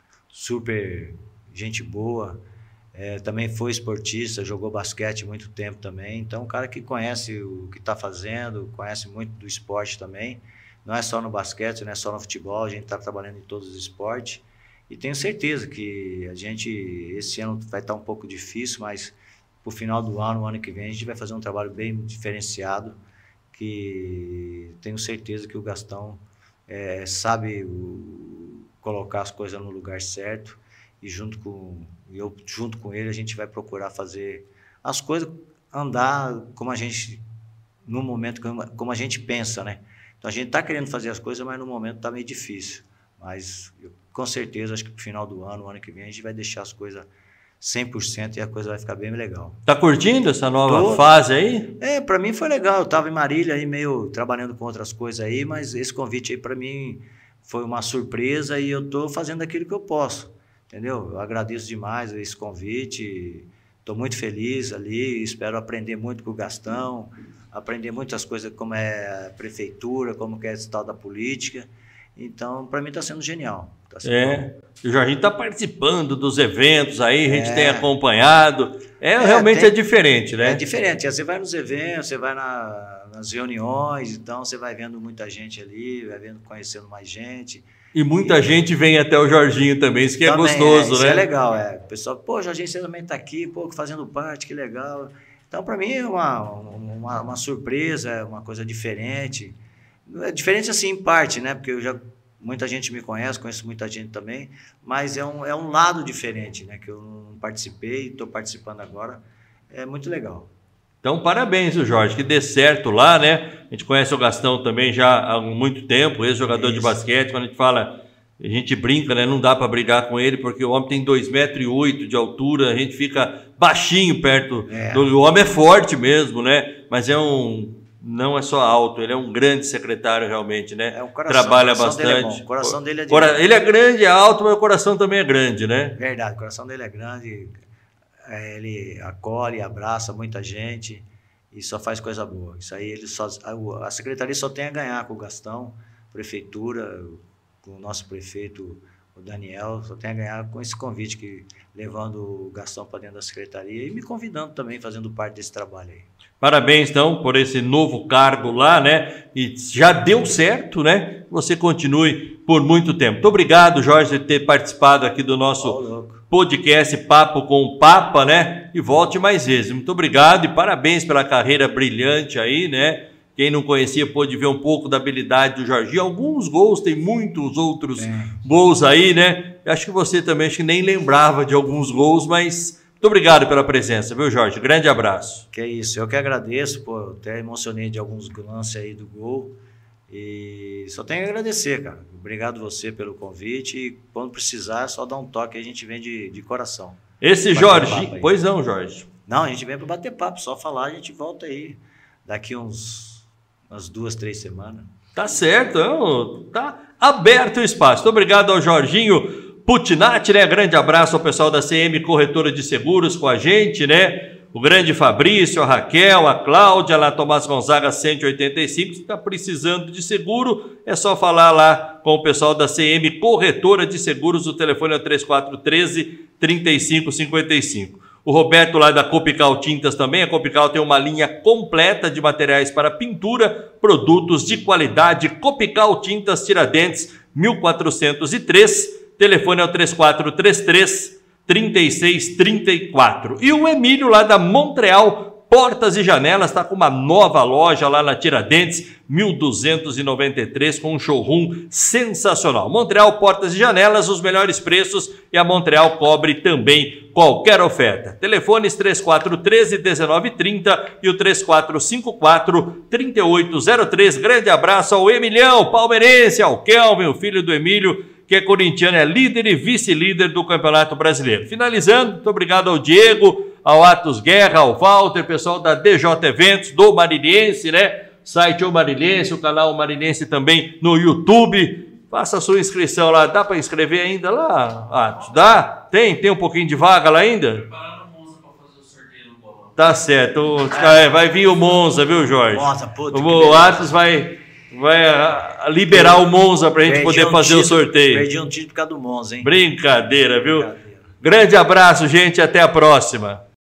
super gente boa. É, também foi esportista, jogou basquete há muito tempo também. Então, um cara que conhece o que está fazendo, conhece muito do esporte também. Não é só no basquete, não é só no futebol. A gente está trabalhando em todos os esportes. E tenho certeza que a gente, esse ano vai estar um pouco difícil, mas pro final do ano, o ano que vem, a gente vai fazer um trabalho bem diferenciado, que tenho certeza que o Gastão é, sabe o, colocar as coisas no lugar certo, e junto com, eu, junto com ele a gente vai procurar fazer as coisas andar como a gente, no momento, como a gente pensa, né? Então a gente está querendo fazer as coisas, mas no momento está meio difícil. Mas eu, com certeza, acho que no final do ano, o ano que vem, a gente vai deixar as coisas cem por cento e a coisa vai ficar bem legal. Tá curtindo essa nova Tô. fase aí? É, para mim foi legal. Eu tava em Marília aí meio trabalhando com outras coisas aí, mas esse convite aí para mim foi uma surpresa e eu tô fazendo aquilo que eu posso, entendeu? Eu agradeço demais esse convite, tô muito feliz ali, espero aprender muito com o Gastão, aprender muitas coisas como é a prefeitura, como que é esse tal da política. Então, para mim está sendo genial. Tá sendo É, bom. o Jorginho está participando dos eventos aí, a gente É. tem acompanhado. É, É, realmente tem- é diferente, né? É diferente. Você vai nos eventos, você vai na, nas reuniões, então você vai vendo muita gente ali, vai vendo, conhecendo mais gente. E muita gente vem até o Jorginho também, isso que é Também, gostoso, isso né? é legal, é. O pessoal, pô, Jorginho, você também está aqui, pô, fazendo parte, que legal. Então, para mim, é uma, uma, uma surpresa, é uma coisa diferente. É diferente assim, em parte, né? Porque eu já, muita gente me conhece, conheço muita gente também, mas é um, é um lado diferente, né? Que eu não participei, estou participando agora. É muito legal. Então, parabéns, viu, Jorge, que dê certo lá, né? A gente conhece o Gastão também já há muito tempo, ex-jogador de Isso. basquete. Quando a gente fala, a gente brinca, né? Não dá para brigar com ele, porque o homem tem dois metros e oito de altura, a gente fica baixinho perto. É. Do... O homem é forte mesmo, né? Mas é um... Não é só alto, ele é um grande secretário realmente, né? É um coração, Trabalha o coração dele é bastante. bom, o coração dele é de- Cora- Ele é grande, é alto, mas o coração também é grande, né? Verdade, o coração dele é grande, é, ele acolhe, abraça muita gente e só faz coisa boa. Isso aí ele só, a, a secretaria só tem a ganhar com o Gastão, prefeitura, com o nosso prefeito, o Daniel, só tem a ganhar com esse convite, que levando o Gastão para dentro da secretaria e me convidando também, fazendo parte desse trabalho aí. Parabéns, então, por esse novo cargo lá, né? E já deu certo, né? Você continue por muito tempo. Muito obrigado, Jorge, por ter participado aqui do nosso Ó, louco. podcast Papo com o Papa, né? E volte mais vezes. Muito obrigado e parabéns pela carreira brilhante aí, né? Quem não conhecia pôde ver um pouco da habilidade do Jorginho. Alguns gols, tem muitos outros É. gols aí, né? Acho que você também acho que nem lembrava de alguns gols, mas muito obrigado pela presença, viu, Jorge? Grande abraço. Que é isso, eu que agradeço, pô, eu até emocionei de alguns lances aí do gol e só tenho a agradecer, cara. Obrigado você pelo convite e quando precisar é só dar um toque, a gente vem de, de coração. Esse Bater Jorge, papo aí. pois não, Jorge. Não, a gente vem para bater papo, só falar, a gente volta aí daqui uns, umas duas, três semanas. Tá certo, não, tá aberto o espaço. Muito obrigado ao Jorginho Putinati, né? Grande abraço ao pessoal da C M Corretora de Seguros com a gente, né? O grande Fabrício, a Raquel, a Cláudia, lá Tomás Gonzaga cento e oitenta e cinco. Se está precisando de seguro, é só falar lá com o pessoal da C M Corretora de Seguros. O telefone é três quatro um três, três cinco cinco cinco. O Roberto lá da Copical Tintas também. A Copical tem uma linha completa de materiais para pintura, produtos de qualidade. Copical Tintas Tiradentes, mil quatrocentos e três. Telefone é o três quatro três três, três seis três quatro. E o Emílio lá da Montreal Portas e Janelas está com uma nova loja lá na Tiradentes, mil duzentos e noventa e três, com um showroom sensacional. Montreal Portas e Janelas, os melhores preços, e a Montreal cobre também qualquer oferta. Telefones três quatro um três, um nove três zero e o três quatro cinco quatro, três oito zero três. Grande abraço ao Emilhão, palmeirense, ao Kelvin, o filho do Emílio, que é corintiano, é líder e vice-líder do Campeonato Brasileiro. Finalizando, muito obrigado ao Diego, ao Atos Guerra, ao Walter, pessoal da D J Eventos, do Marilhense, né? Site O Marilhense, o canal Marilhense também no YouTube. Faça a sua inscrição lá. Dá para inscrever ainda lá, Atos? Dá? Tem? Tem um pouquinho de vaga lá ainda? Preparando o Monza para fazer o sorteio no bolão. Tá certo. É, vai vir o Monza, viu, Jorge? Nossa, puta, que O beleza. Atos vai... Vai ah, liberar o Monza para a gente Perdi poder um fazer o título- sorteio. Perdi um título por causa do Monza, hein? Brincadeira, viu? Brincadeira. Grande abraço, gente. Até a próxima.